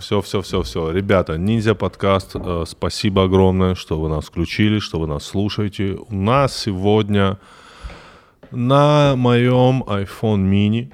все. Ребята, Ниндзя подкаст, спасибо огромное, что вы нас включили, что вы нас слушаете. У нас сегодня на моем iPhone mini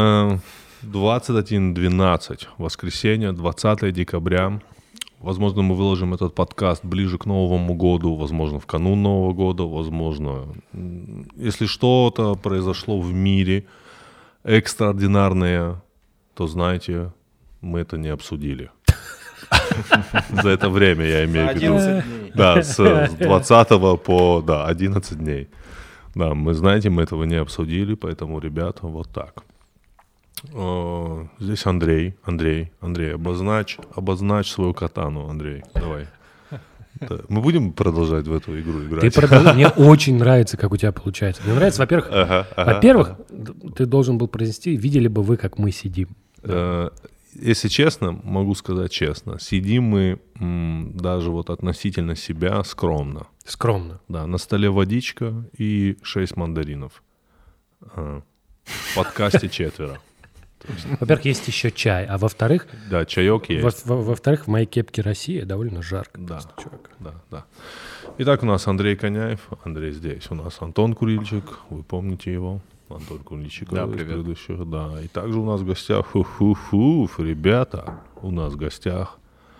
21:12, воскресенье, 20 декабря. Возможно, мы выложим этот подкаст ближе к Новому году, возможно, в канун Нового года, возможно, если что-то произошло в мире экстраординарное, то, знаете, мы это не обсудили. За это время, я имею в виду. 11 дней. Да, с 20 по 11 дней. Да, мы, знаете, мы этого не обсудили, поэтому, ребята, вот так. Здесь Андрей, обозначь свою катану, Андрей, давай. Да. Мы будем продолжать в эту игру играть? Мне очень нравится, как у тебя получается. Мне нравится, во-первых, ты должен был произнести, видели бы вы, как мы сидим. Если честно, могу сказать честно, сидим мы даже вот относительно себя скромно. Скромно. Да, на столе водичка и 6 мандаринов. В подкасте 4. Во-первых, есть еще чай, а во-вторых... Да, чаек есть. Во-вторых, в моей кепке «Россия» довольно жарко. Да, да. Итак, у нас Андрей Коняев, Андрей здесь. У нас Антон Курильчик, вы помните его? Антон Курильчик. Да, привет. Предыдущих, да. И также у нас в гостях, ребята, у нас в гостях...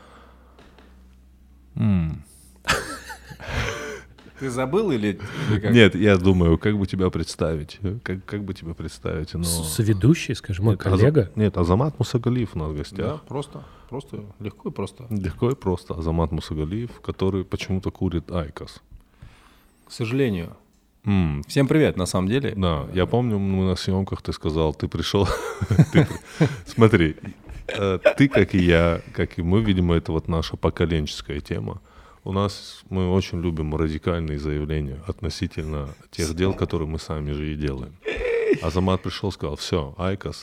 Ты забыл или как? Нет, я думаю, как бы тебя представить? Как бы тебя представить? Но... Соведущий, скажи, мой коллега. Нет, Азамат Мусагалиев у нас в гостях. Да, просто, легко и просто. Легко и просто. Азамат Мусагалиев, который почему-то курит Айкос. К сожалению. Всем привет, на самом деле. Да, я помню, мы на съемках ты сказал, ты пришел... Смотри, ты, как и я, как и мы, видимо, это вот наша поколенческая тема. У нас мы очень любим радикальные заявления относительно тех дел, которые мы сами же и делаем. Азамат пришел и сказал, все, Айкос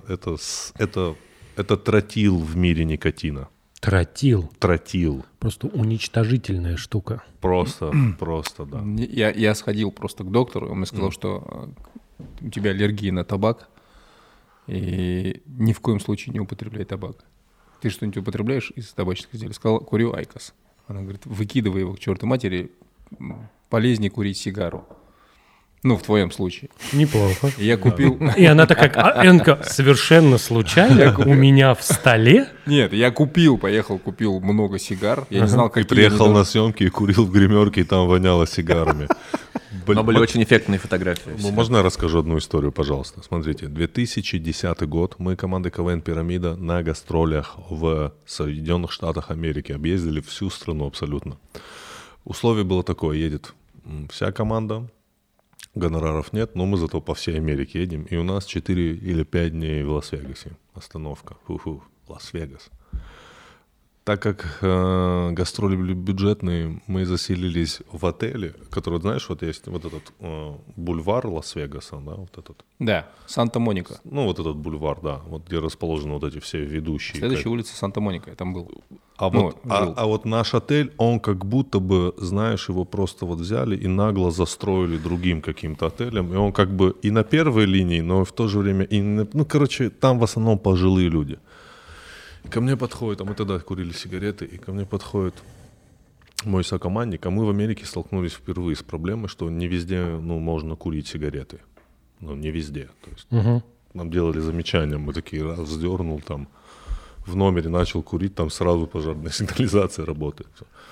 это тротил в мире никотина. Тротил. Тротил. Просто уничтожительная штука. Просто, да. Я сходил просто к доктору, он мне сказал, что у тебя аллергия на табак, и ни в коем случае не употребляй табак. Ты что-нибудь употребляешь из табачных изделий? Сказал, курю Айкос. Она говорит, выкидывай его к черту матери, полезнее курить сигару. Ну, в твоем случае. Неплохо. И я купил... И она такая, Энка, совершенно случайно у меня в столе? Нет, я поехал, купил много сигар. Я не знал, как... И приехал на съемки и курил в гримерке, и там воняло сигарами. Но были очень эффектные фотографии. Ну, можно я расскажу одну историю, пожалуйста? Смотрите, 2010 год, мы командой КВН «Пирамида» на гастролях в Соединенных Штатах Америки объездили всю страну абсолютно. Условие было такое, едет вся команда, гонораров нет, но мы зато по всей Америке едем, и у нас 4 или 5 дней в Лас-Вегасе. Остановка. Лас-Вегас. Так как гастроли были бюджетные, мы заселились в отеле, который, знаешь, вот есть вот этот бульвар Лас-Вегаса, да, вот этот. Да, Санта-Моника. Ну, вот этот бульвар, да, вот где расположены вот эти все ведущие. Следующая улица Санта-Моника, я там был. А вот наш отель, он как будто бы, знаешь, его просто вот взяли и нагло застроили другим каким-то отелем, и он как бы и на первой линии, но в то же время, там в основном пожилые люди. Ко мне подходит, а мы тогда курили сигареты, и ко мне подходит мой сокомандник, а мы в Америке столкнулись впервые с проблемой, что не везде, можно курить сигареты. Не везде. То есть нам делали замечания, мы такие раз вздернул там в номере, начал курить, там сразу пожарная сигнализация работает.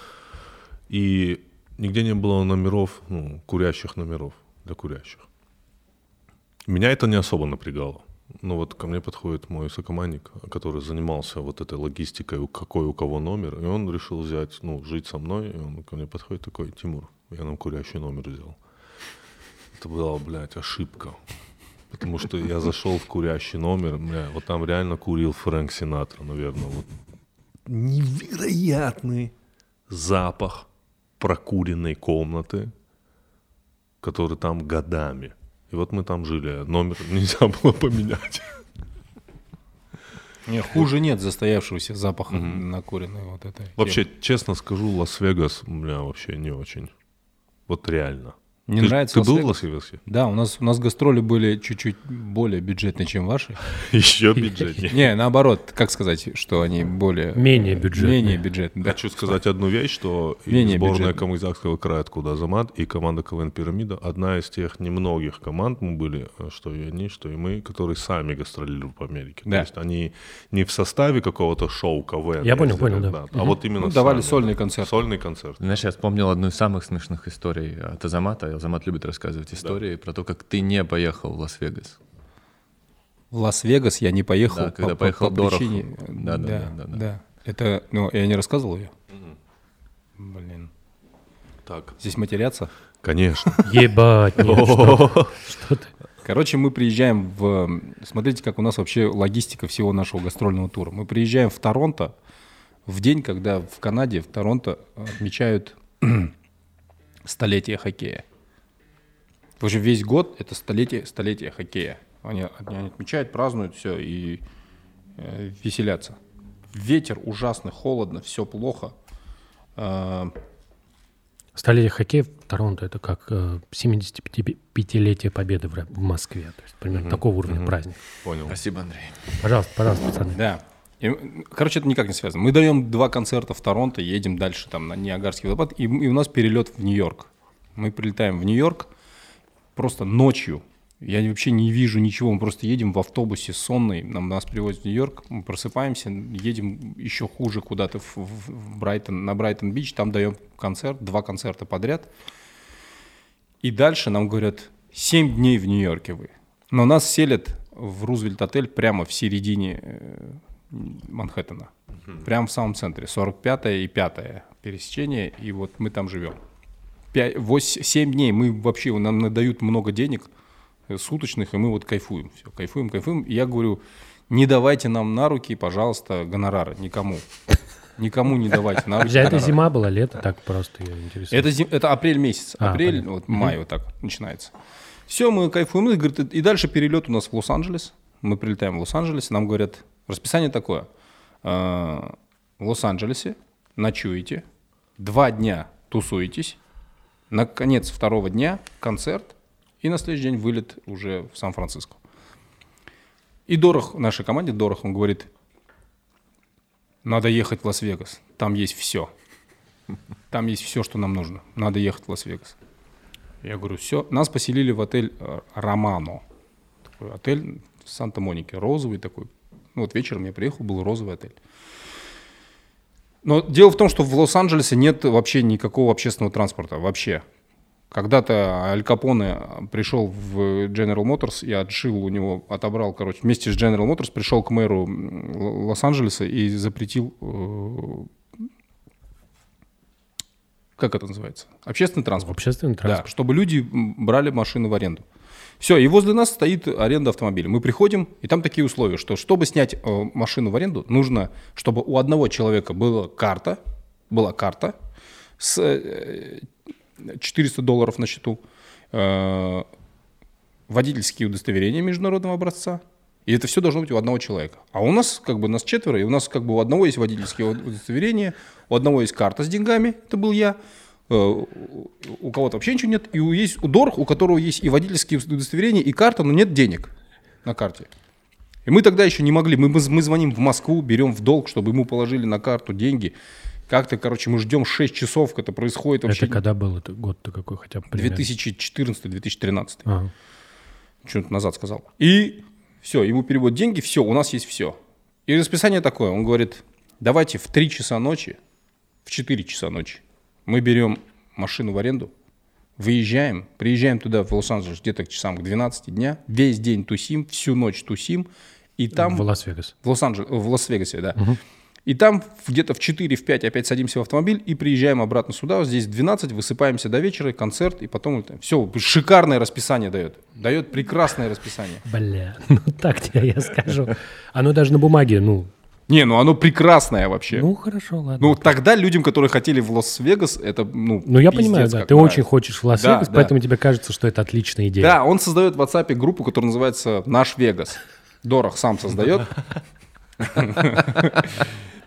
И нигде не было номеров, курящих номеров для курящих. Меня это не особо напрягало. Ну вот ко мне подходит мой сокомандник, который занимался вот этой логистикой, какой у кого номер, и он решил взять, жить со мной, и он ко мне подходит такой, Тимур, я нам курящий номер взял. Это была, ошибка, потому что я зашел в курящий номер, вот там реально курил Фрэнк Синатра, наверное, вот невероятный запах прокуренной комнаты, который там годами. И вот мы там жили, номер нельзя было поменять. Нет, хуже нет застоявшегося запаха накуренной вот этой. Вообще, честно скажу, Лас-Вегас у меня вообще не очень. Вот реально. Мне нравится Ты был в Лас-Вегасе? Да, у нас гастроли были чуть-чуть более бюджетные, чем ваши. Еще бюджетнее. Не, наоборот, как сказать, что они более... Менее бюджетные. Менее бюджетные, да. Хочу сказать одну вещь, что и сборная Камызякского края, откуда Азамат, и команда КВН «Пирамида» одна из тех немногих команд мы были, что и они, что и мы, которые сами гастролируют по Америке. Да. То есть они не в составе какого-то шоу КВН. Я понял, да. А вот именно давали сами. сольный концерт. Сольный концерт. Знаешь, я вспомнил одну из самых смешных историй от Азамата. Азамат любит рассказывать истории про то, как ты не поехал в Лас-Вегас. В Лас-Вегас я не поехал. Да, когда поехал Дорох. причине... Да. Это, я не рассказывал ее? Блин. Так. Здесь матерятся? Конечно. Ебать, нет, что ты? Короче, мы приезжаем в... Смотрите, как у нас вообще логистика всего нашего гастрольного тура. Мы приезжаем в Торонто в день, когда в Канаде, в Торонто отмечают столетие хоккея. В общем, весь год это столетие хоккея. Они отмечают, празднуют все и веселятся. Ветер ужасный, холодно, все плохо. Столетие хоккея в Торонто — это как 75-летие победы в Москве. То есть примерно такого уровня праздник. Понял. Спасибо, Андрей. Пожалуйста, пацаны. Да. Короче, это никак не связано. Мы даем 2 концерта в Торонто, едем дальше там на Ниагарский водопад, и у нас перелет в Нью-Йорк. Мы прилетаем в Нью-Йорк просто ночью. Я вообще не вижу ничего. Мы просто едем в автобусе сонный. Нас привозят в Нью-Йорк. Мы просыпаемся, едем еще хуже куда-то в Брайтон, на Брайтон-Бич. Там даем концерт, 2 концерта подряд. И дальше нам говорят, 7 дней в Нью-Йорке вы. Но нас селят в Рузвельт-отель прямо в середине Манхэттена. Прямо в самом центре. 45-е и 5-е пересечение. И вот мы там живем. 7 дней мы вообще, нам надают много денег суточных, и мы вот кайфуем. Все, кайфуем. И я говорю, не давайте нам на руки, пожалуйста, гонорары. Никому не давайте на руки Это зима была, лето, так просто я интересуюсь. Это апрель месяц. Апрель, вот, май вот так начинается. Все, мы кайфуем. И дальше перелет у нас в Лос-Анджелес. Мы прилетаем в Лос-Анджелес, нам говорят, расписание такое. В Лос-Анджелесе ночуете, 2 дня тусуетесь, наконец 2-го дня концерт, и на следующий день вылет уже в Сан-Франциско. И Дорох, нашей команде Дорох, он говорит, надо ехать в Лас-Вегас, там есть все. Там есть все, что нам нужно. Надо ехать в Лас-Вегас. Я говорю, все. Нас поселили в отель «Романо». Такой отель в Санта-Монике, розовый такой. Ну вот вечером я приехал, был розовый отель. Но дело в том, что в Лос-Анджелесе нет вообще никакого общественного транспорта, вообще. Когда-то Аль Капоне пришел в General Motors и отшил у него, отобрал, вместе с General Motors пришел к мэру Лос-Анджелеса и запретил, как это называется? Общественный транспорт. Общественный транспорт. Да, чтобы люди брали машины в аренду. Все, и возле нас стоит аренда автомобиля. Мы приходим, и там такие условия, что чтобы снять машину в аренду, нужно, чтобы у одного человека была карта с $400 на счету, водительские удостоверения международного образца, и это все должно быть у одного человека. А у нас нас 4, и у нас у одного есть водительские удостоверения, у одного есть карта с деньгами, это был я, у кого-то вообще ничего нет, и есть у Дорох, у которого есть и водительские удостоверения, и карта, но нет денег на карте. И мы тогда еще не могли, мы звоним в Москву, берем в долг, чтобы ему положили на карту деньги. Как-то, мы ждем 6 часов, это происходит вообще. Это когда был? Это год-то какой хотя бы? 2014-2013. Ага. Что-то назад сказал. И все, ему переводят деньги, все, у нас есть все. И расписание такое, он говорит, давайте в 3 часа ночи, в 4 часа ночи мы берем машину в аренду, приезжаем туда, в Лос-Анджелес, где-то к часам к 12 дня, весь день тусим, всю ночь тусим. И там, в Лас-Вегас. В Лас-Вегасе, да. Угу. И там где-то в 4, в 5 опять садимся в автомобиль и приезжаем обратно сюда. Здесь 12, высыпаемся до вечера, концерт, и потом все, шикарное расписание дает. Дает прекрасное расписание. Бля, так тебе я скажу. Оно даже на бумаге, Не, оно прекрасное вообще. Хорошо, ладно. Тогда людям, которые хотели в Лас-Вегас, это, я понимаю, да, ты очень хочешь в Лас-Вегас, поэтому тебе кажется, что это отличная идея. Да, он создает в WhatsApp группу, которая называется «Наш Вегас». Дорох сам создает.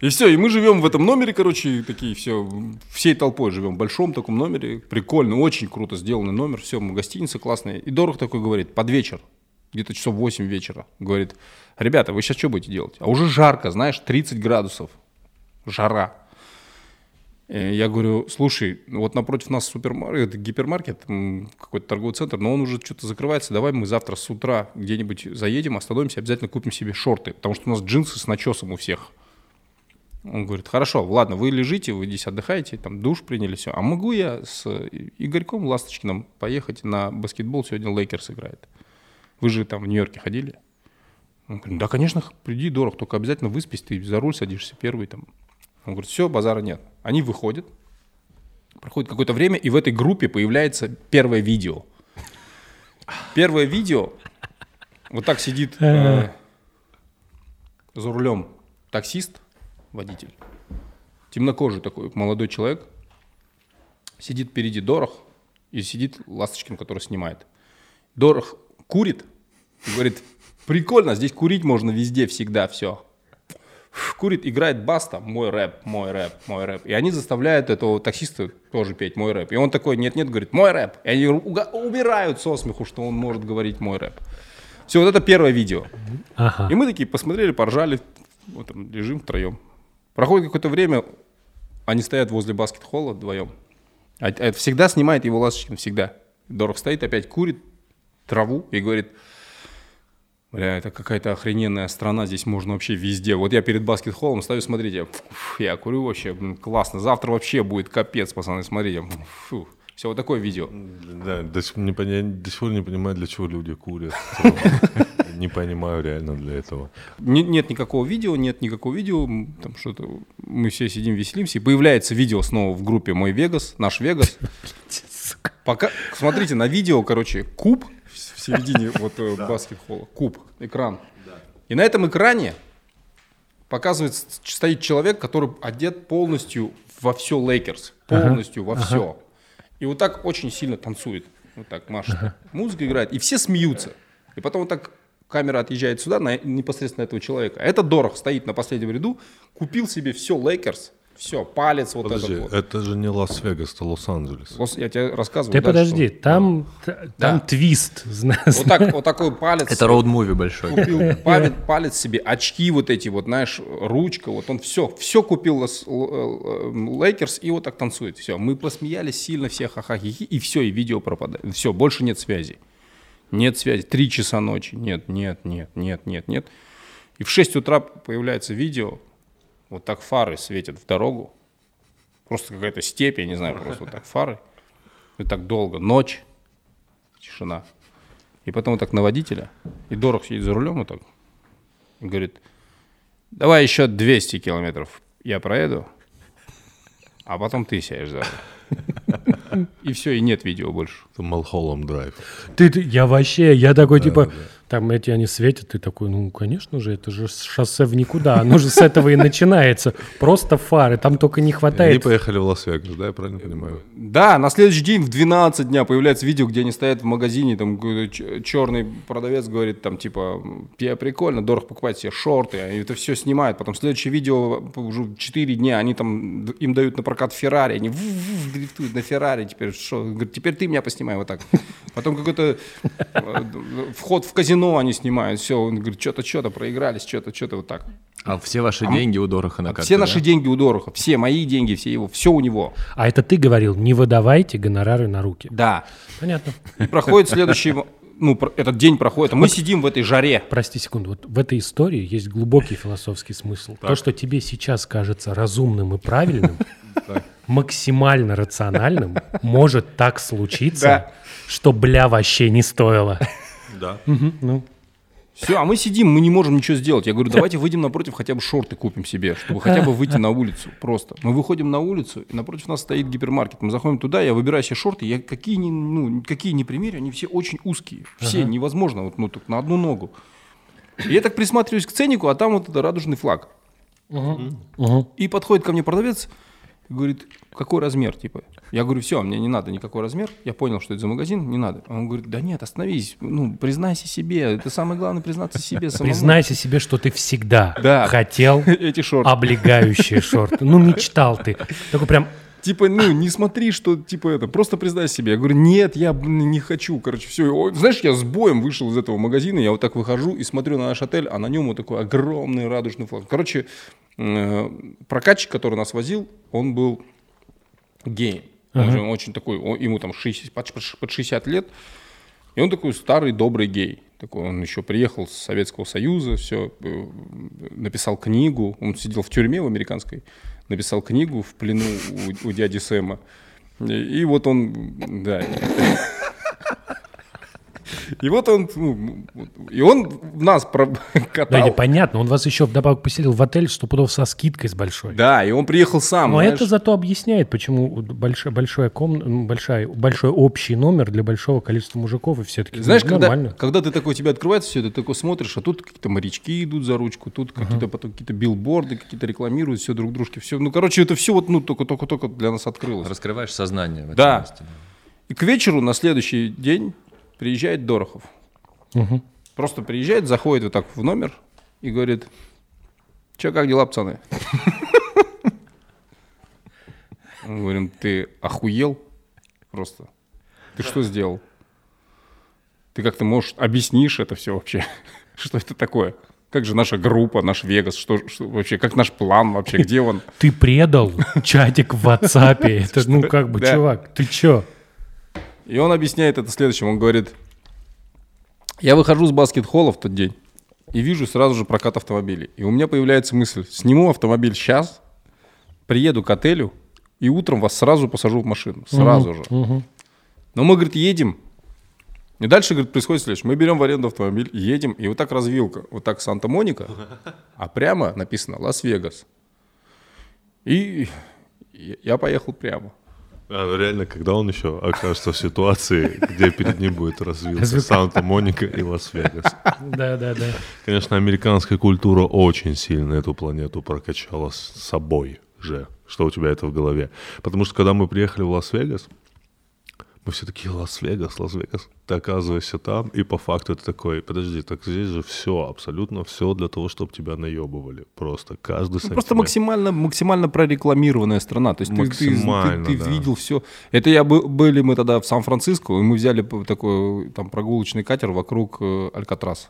И все, и мы живем в этом номере, короче, такие все, всей толпой живем в большом таком номере, прикольно, очень круто сделанный номер, все, гостиница классная. И Дорох такой говорит, под вечер, где-то часов 8 вечера, говорит, ребята, вы сейчас что будете делать? А уже жарко, знаешь, 30 градусов, жара. Я говорю, слушай, вот напротив нас супермаркет, гипермаркет, какой-то торговый центр, но он уже что-то закрывается, давай мы завтра с утра где-нибудь заедем, остановимся, обязательно купим себе шорты, потому что у нас джинсы с начесом у всех. Он говорит, хорошо, ладно, вы лежите, вы здесь отдыхаете, там душ приняли, все. А могу я с Игорьком Ласточкиным поехать на баскетбол, сегодня Лейкерс играет. Вы же там в Нью-Йорке ходили? Он говорит, да, конечно, приди, Дорох, только обязательно выспись, ты за руль садишься первый там. Он говорит, все, базара нет. Они выходят, проходит какое-то время, и в этой группе появляется первое видео. Первое видео, вот так сидит за рулем таксист, водитель, темнокожий такой молодой человек, сидит впереди Дорох, и сидит Ласточкин, который снимает. Дорох курит, и говорит, прикольно, здесь курить можно везде, всегда, все. Курит, играет Баста, мой рэп, мой рэп, мой рэп. И они заставляют этого таксиста тоже петь мой рэп. И он такой, нет-нет, говорит, мой рэп. И они убирают со смеху, что он может говорить мой рэп. Все, вот это первое видео. Ага. И мы такие посмотрели, поржали, вот там лежим втроем. Проходит какое-то время, они стоят возле баскет-холла вдвоем. А это всегда снимает его Ласточкин, всегда. Дорох стоит, опять курит траву и говорит... Бля, это какая-то охрененная страна, здесь можно вообще везде. Вот я перед баскет-холлом стою, смотрите, я курю вообще, классно. Завтра вообще будет капец, пацаны, смотрите. Фу. Все, вот такое видео. Да, до сих пор не понимаю, для чего люди курят. Не понимаю реально для этого. Нет никакого видео, там что-то, мы все сидим, веселимся, и появляется видео снова в группе «Мой Вегас», «Наш Вегас». Пока, смотрите, на видео, короче, куб, в середине вот баскет-холла, куб, экран. Да. И на этом экране показывается, стоит человек, который одет полностью во все Лейкерс, полностью во все. И вот так очень сильно танцует, вот так машет. Музыка играет, и все смеются. И потом вот так камера отъезжает сюда, непосредственно этого человека. А этот Дорох стоит на последнем ряду, купил себе все Лейкерс, все, палец вот подожди, этот вот. Это же не Лас-Вегас, это Лос-Анджелес. Я тебе рассказываю. Ты подожди, там твист. Вот такой палец. Это роуд-муви большой. Купил палец себе, очки вот эти вот, знаешь, ручка, вот он все купил Лейкерс и вот так танцует. Все, мы посмеялись сильно, все ха-ха-хи-хи, и все, и видео пропадает. Все, больше нет связи. Нет связи. 3 часа ночи. Нет. И в 6 утра появляется видео. Вот так фары светят в дорогу. Просто какая-то степь, я не знаю, просто вот так фары. И так долго. Ночь. Тишина. И потом вот так на водителя. И Дорох сидит за рулем вот так. И говорит, давай еще 200 километров я проеду, а потом ты сядешь за руль. И все, и нет видео больше. Это Малхолланд драйв. Я такой, типа, там они светят, ты такой, ну, конечно же, это же шоссе в никуда, оно же с этого и начинается. Просто фары, там только не хватает. Они поехали в Лас-Вегас, да, я правильно понимаю? Да, на следующий день в 12 дня появляется видео, где они стоят в магазине, там черный продавец говорит, там, типа, прикольно, Дорох покупает себе шорты, они это все снимают. Потом следующее видео, уже 4 дня, они там, им дают на прокат Феррари, они дрифтуют на Феррари, теперь что? Говорит, теперь ты меня поснимай вот так. Потом какой-то вход в казино они снимают, все, он говорит, что-то проигрались, что-то вот так. А все ваши деньги у Дороха на карте? Все наши деньги у Дороха, все мои деньги, все его, все у него. А это ты говорил, не выдавайте гонорары на руки. Да. Понятно. И проходит следующий, этот день проходит, а мы сидим в этой жаре. Прости секунду, вот в этой истории есть глубокий философский смысл. То, что тебе сейчас кажется разумным и правильным, максимально рациональным, может так случиться, что вообще не стоило. Да. Все, а мы сидим, мы не можем ничего сделать. Я говорю, давайте выйдем напротив, хотя бы шорты купим себе, чтобы хотя бы выйти на улицу. Просто. Мы выходим на улицу, и напротив нас стоит гипермаркет. Мы заходим туда, я выбираю себе шорты, какие ни примерю, они все очень узкие. Все, невозможно, вот только на одну ногу. И я так присматриваюсь к ценнику, а там вот это радужный флаг. И подходит ко мне продавец, И говорит, какой размер, типа? Я говорю, все, мне не надо никакой размер. Я понял, что это за магазин, не надо. Он говорит, да нет, остановись, ну, признайся себе. Это самое главное, признаться себе самому. Признайся себе, что ты всегда хотел эти шорты. Облегающие шорты. Ну, мечтал ты. Такой прям... Типа, ну, не смотри, что, типа, это, просто признайся себе. Я говорю, нет, я не хочу, короче, все. Знаешь, я с боем вышел из этого магазина, я вот так выхожу и смотрю на наш отель, а на нем вот такой огромный радужный флаг. Короче, прокатчик, который нас возил, он был геем. Он же очень такой, ему там под 60 лет, и он такой старый, добрый гей. Такой, он еще приехал с Советского Союза, все, написал книгу, он сидел в тюрьме в американской, написал книгу «В плену у дяди Сэма». И вот он, да. И вот он, ну, и он нас катал. Да, понятно, он вас еще вдобавок поселил в отель, стопудов со скидкой с большой. Да, и он приехал сам. Но знаешь? Это зато объясняет, почему большой общий номер для большого количества мужиков, и все-таки знаешь, когда ты такой, тебе открывается все, ты такой смотришь, а тут какие-то морячки идут за ручку, тут какие-то потом какие-то билборды, какие-то рекламируют, все друг дружке, все. Ну, короче, это все вот, ну, только для нас открылось. Раскрываешь сознание в этом месте. И к вечеру на следующий день приезжает Дорохов. Просто приезжает, заходит вот так в номер и говорит, че, как дела, пацаны? Мы говорим, ты охуел просто? Ты что сделал? Ты как-то, может, объяснишь это все вообще? Что это такое? Как же наша группа, наш Вегас, что вообще, как наш план вообще, где он? Ты предал чатик в WhatsApp, это, ну, как бы, чувак, ты че? И он объясняет это следующим. Он говорит, я выхожу с баскет-холла в тот день и вижу сразу же прокат автомобилей. И у меня появляется мысль, сниму автомобиль сейчас, приеду к отелю и утром вас сразу посажу в машину. Сразу же. Но мы, говорит, едем. И дальше, говорит, происходит следующее. Мы берем в аренду автомобиль, едем, и вот так развилка. Вот так Санта-Моника, а прямо написано Лас-Вегас. И я поехал прямо. Реально, когда он еще окажется в ситуации, где перед ним будет развиться Санта-Моника и Лас-Вегас. Да. Конечно, американская культура очень сильно эту планету прокачала с собой же, что у тебя это в голове. Потому что, когда мы приехали в Лас-Вегас, мы все такие, Лас-Вегас. Ты оказываешься там, и по факту ты такой, подожди, так здесь же все, абсолютно все для того, чтобы тебя наебывали. Просто каждый сантиметр. Просто максимально прорекламированная страна. То есть ты видел все. Это были мы тогда в Сан-Франциско, и мы взяли такой там прогулочный катер вокруг Алькатраса.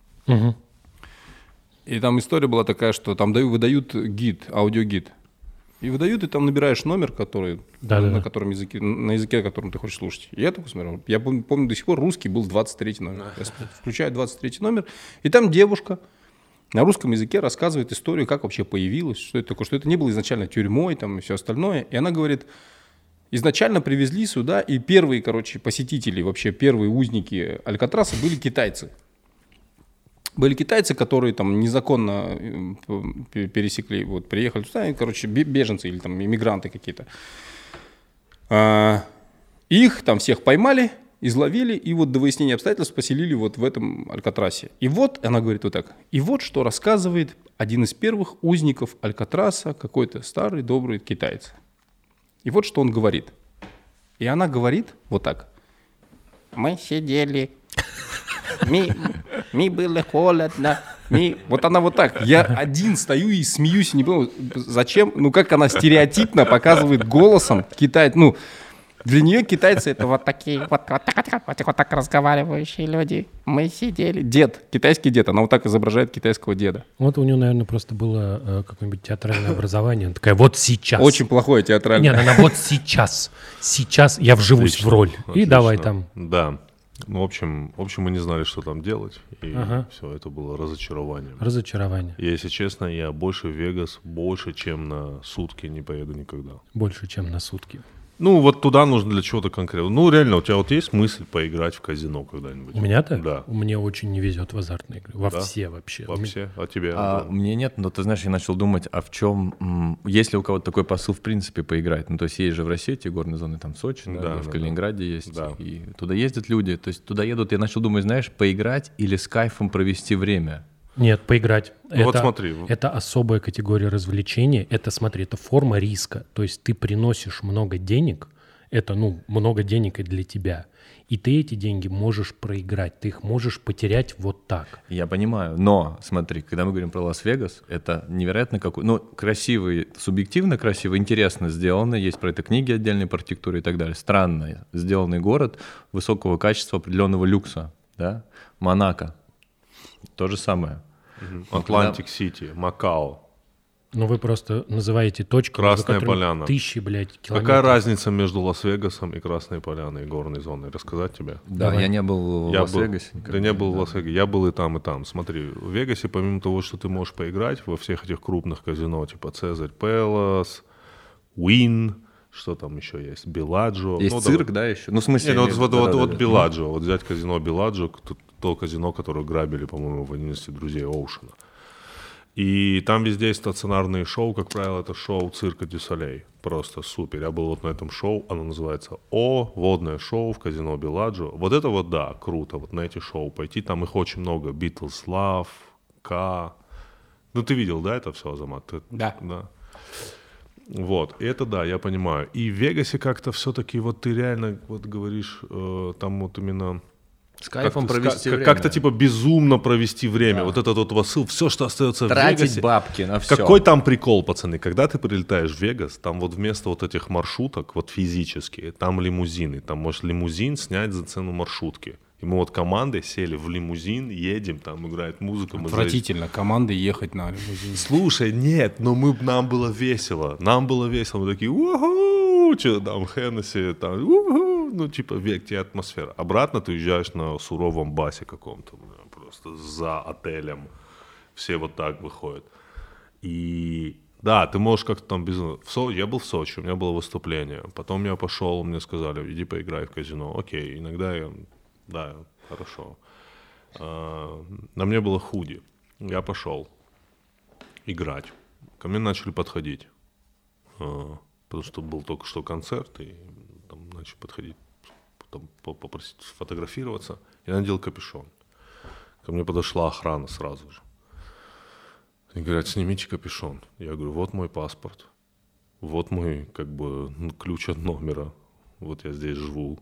И там история была такая, что там выдают гид, аудиогид. И выдают, и там набираешь номер, который, на котором языке, на языке, которым ты хочешь слушать. И я такой смотрю, я помню до сих пор, русский был 23 номер. Я включаю 23 номер, и там девушка на русском языке рассказывает историю, как вообще появилась, что это такое, что это не было изначально тюрьмой там, и все остальное. И она говорит, изначально привезли сюда, и первые, посетители, вообще первые узники Алькатраса были китайцы. Были китайцы, которые там незаконно пересекли, вот, приехали туда, беженцы или там иммигранты какие-то. Их там всех поймали, изловили, и вот до выяснения обстоятельств поселили вот в этом Алькатрасе. И вот, она говорит вот так, и вот что рассказывает один из первых узников Алькатраса, какой-то старый добрый китаец. И вот что он говорит. И она говорит вот так. Мы сидели... Мне было холодно. Вот она вот так. Я один стою и смеюсь, не понимаю, зачем, ну как она стереотипно показывает голосом китайц. Ну, для нее китайцы это вот такие, вот так разговаривающие люди. Мы сидели. Дед, китайский дед, она вот так изображает китайского деда. Вот у нее, наверное, просто было какое-нибудь театральное образование. Она такая, вот сейчас. Очень плохое театральное. Нет, она вот сейчас. Сейчас я вживусь в роль. Отлично. И давай там. Да. Ну, в общем, мы не знали, что там делать, и все, это было разочарованием. Разочарование. И, если честно, я больше в Вегас, больше, чем на сутки не поеду никогда. Больше, чем на сутки. Ну, вот туда нужно для чего-то конкретного. Ну, реально, у тебя вот есть мысль поиграть в казино когда-нибудь? У меня-то? Да. Мне очень не везет в азартные игры. Во все вообще. Во все? А тебе? Мне нет, но ты знаешь, я начал думать, а в чем... Есть ли у кого-то такой посыл в принципе поиграть? Ну, то есть есть же в России эти горные зоны, там Сочи, в Калининграде есть. Да. И туда ездят люди, то есть туда едут. Я начал думать, знаешь, поиграть или с кайфом провести время? Нет, поиграть. Вот смотри. Это особая категория развлечения. Это, смотри, это форма риска. То есть ты приносишь много денег, это, много денег и для тебя. И ты эти деньги можешь проиграть, ты их можешь потерять вот так. Я понимаю, но смотри, когда мы говорим про Лас-Вегас, это невероятно красивый, субъективно красивый, интересно сделанный, есть про это книги отдельные по архитектуре и так далее. Странно сделанный город высокого качества, определенного люкса, да? Монако, то же самое. Атлантик-Сити, Макао. Ну, вы просто называете точку, Красная Поляна. Тысячи, километров. Какая разница между Лас-Вегасом и Красной Поляной, и горной зоной? Рассказать тебе? Да, я не был в Лас-Вегасе. Ты не был в Лас-Вегасе. Я был и там, и там. Смотри, в Вегасе, помимо того, что ты можешь поиграть во всех этих крупных казино, типа Цезарь Пэлас, Уин, что там еще есть, Белладжо. Есть цирк, да, еще? Ну, в смысле... Вот Белладжо. Вот взять казино Белладжо, то казино, которое грабили, по-моему, в 11 друзей Оушена. И там везде есть стационарные шоу, как правило, это шоу «Цирка дю Солей». Просто супер. Я был вот на этом шоу, оно называется «Водное шоу в казино Белладжо». Вот это вот, да, круто, вот на эти шоу пойти. Там их очень много. Beatles Love, К. Ну, ты видел, да, это все, Азамат? Да. Вот, и это да, я понимаю. И в Вегасе как-то все-таки вот ты реально вот говоришь, там вот именно... С кайфом провести время. Как-то типа безумно провести время. Да. Вот этот вот посыл, все, что остается в Вегасе. Тратить бабки на все. Какой там прикол, пацаны? Когда ты прилетаешь в Вегас, там вот вместо вот этих маршруток, вот физические, там лимузины. Там можешь лимузин снять за цену маршрутки. И мы вот командой сели в лимузин, едем, там играет музыка. Отвратительно, командой ехать на лимузине. Слушай, нет, но нам было весело. Мы такие, уху, что там, Хеннесси, там, уху. Ну, типа, тебе атмосфера. Обратно ты уезжаешь на суровом басе каком-то, просто за отелем. Все вот так выходят. И да, ты можешь как-то там Я был в Сочи, у меня было выступление. Потом я пошел, мне сказали, иди поиграй в казино. Окей, иногда да, хорошо. На мне было худи. Я пошел играть. Ко мне начали подходить. Потому что был только что концерт, и там начали подходить, потом попросить сфотографироваться. Я надел капюшон. Ко мне подошла охрана сразу же. И говорят, снимите капюшон. Я говорю, вот мой паспорт, вот мой ключ от номера, вот я здесь живу,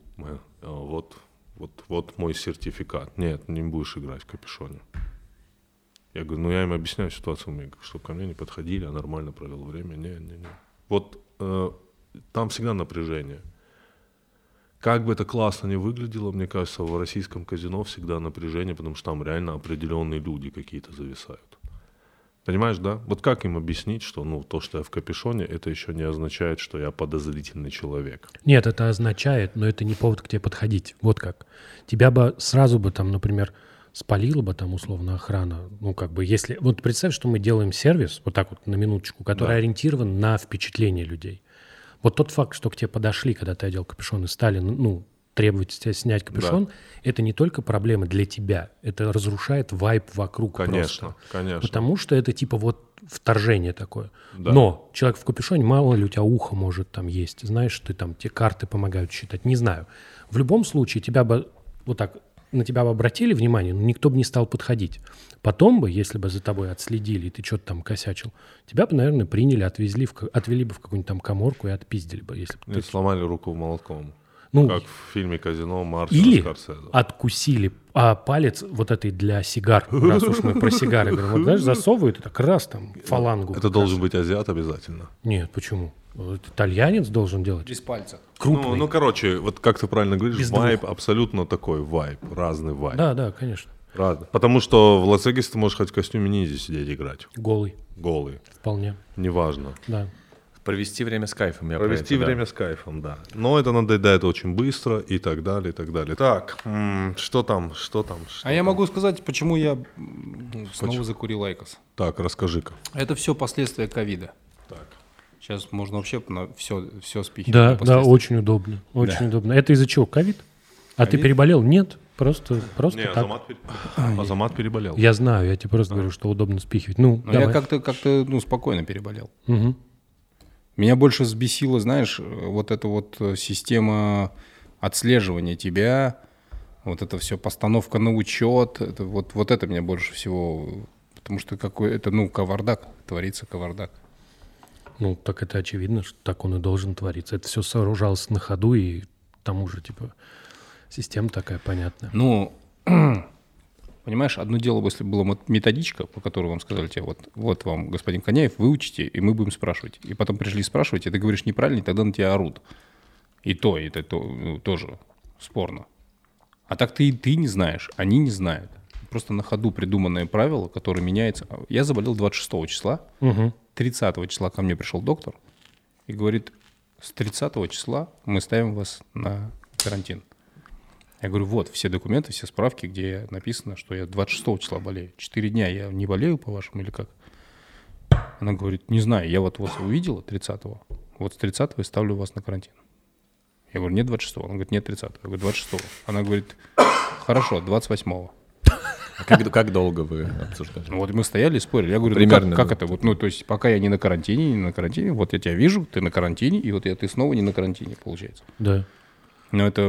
вот мой сертификат. Нет, не будешь играть в капюшоне. Я говорю, я им объясняю ситуацию, чтобы ко мне не подходили, а нормально провел время. Не. Вот там всегда напряжение. Как бы это классно ни выглядело, мне кажется, в российском казино всегда напряжение, потому что там реально определенные люди какие-то зависают. Понимаешь, да? Вот как им объяснить, что то, что я в капюшоне, это еще не означает, что я подозрительный человек? Нет, это означает, но это не повод к тебе подходить. Вот как. Тебя бы сразу бы там, например, спалила бы там условно охрана. Если... Вот представь, что мы делаем сервис, вот так вот на минуточку, который ориентирован на впечатление людей. Вот тот факт, что к тебе подошли, когда ты одел капюшон, и стали, требовать тебя снять капюшон, это не только проблема для тебя, это разрушает вайб вокруг просто. Конечно. Потому что это типа вот вторжение такое. Да. Но человек в капюшоне, мало ли у тебя ухо может там есть, знаешь, ты там, тебе карты помогают считать, не знаю. В любом случае тебя бы вот так, на тебя бы обратили внимание, но никто бы не стал подходить. Потом бы, если бы за тобой отследили, и ты что-то там косячил, тебя бы, наверное, приняли, отвели бы в какую-нибудь там каморку и отпиздили бы. Если бы сломали руку молотком. Как в фильме «Казино» Мартина Скорсезе. Или откусили палец вот этой для сигар. Раз уж мы про сигары говорим. Вот, знаешь, засовывают и так раз там фалангу. Это должен быть азиат обязательно? Нет, почему? Итальянец должен делать. Без пальца. Крупный. Короче, вот как ты правильно говоришь, без вайб двух. Абсолютно такой вайб, разный вайб. Да, конечно. Разный. Потому что в Лас-Вегасе ты можешь хоть в костюме ниндзя сидеть играть. Голый. Вполне. Неважно. Да. Провести время с кайфом. С кайфом, да. Но это надоедает очень быстро и так далее, и так далее. Так, что там? Я могу сказать, почему я снова закурил Айкос. Так, расскажи-ка. Это все последствия ковида. Так. Сейчас можно вообще на все спихивать. Да, очень удобно. Очень удобно. Это из-за чего? Ковид? А ты переболел? Нет. Просто не, так. Азамат переболел. Я знаю, я тебе просто говорю, что удобно спихивать. Я как-то спокойно переболел. Угу. Меня больше взбесила, знаешь, вот эта вот система отслеживания тебя, вот это все, постановка на учет, вот это меня больше всего Потому что это, кавардак, творится кавардак. Ну, так это очевидно, что так он и должен твориться. Это все сооружалось на ходу, и к тому же, система такая понятная. Ну, понимаешь, одно дело, если была методичка, по которой вам сказали тебе, вот вам, господин Коняев, выучите, и мы будем спрашивать. И потом пришли спрашивать, и ты говоришь неправильно, и тогда на тебя орут. И то тоже спорно. А так ты не знаешь, они не знают. Просто на ходу придуманное правило, которое меняется. Я заболел 26 числа, 30 числа ко мне пришел доктор и говорит, с 30 числа мы ставим вас на карантин. Я говорю, вот, все документы, все справки, где написано, что я 26 числа болею. 4 дня я не болею, по-вашему, или как? Она говорит, не знаю, я вот вас увидела 30-го, вот с 30-го я ставлю вас на карантин. Я говорю, нет 26-го. Она говорит, нет 30-го. Я говорю, 26-го. Она говорит, хорошо, 28-го. А как долго вы обсуждали? Вот мы стояли и спорили. Я говорю, примерно, как это? То есть пока я не на карантине, вот я тебя вижу, ты на карантине, и вот ты снова не на карантине, получается. Да. Но это,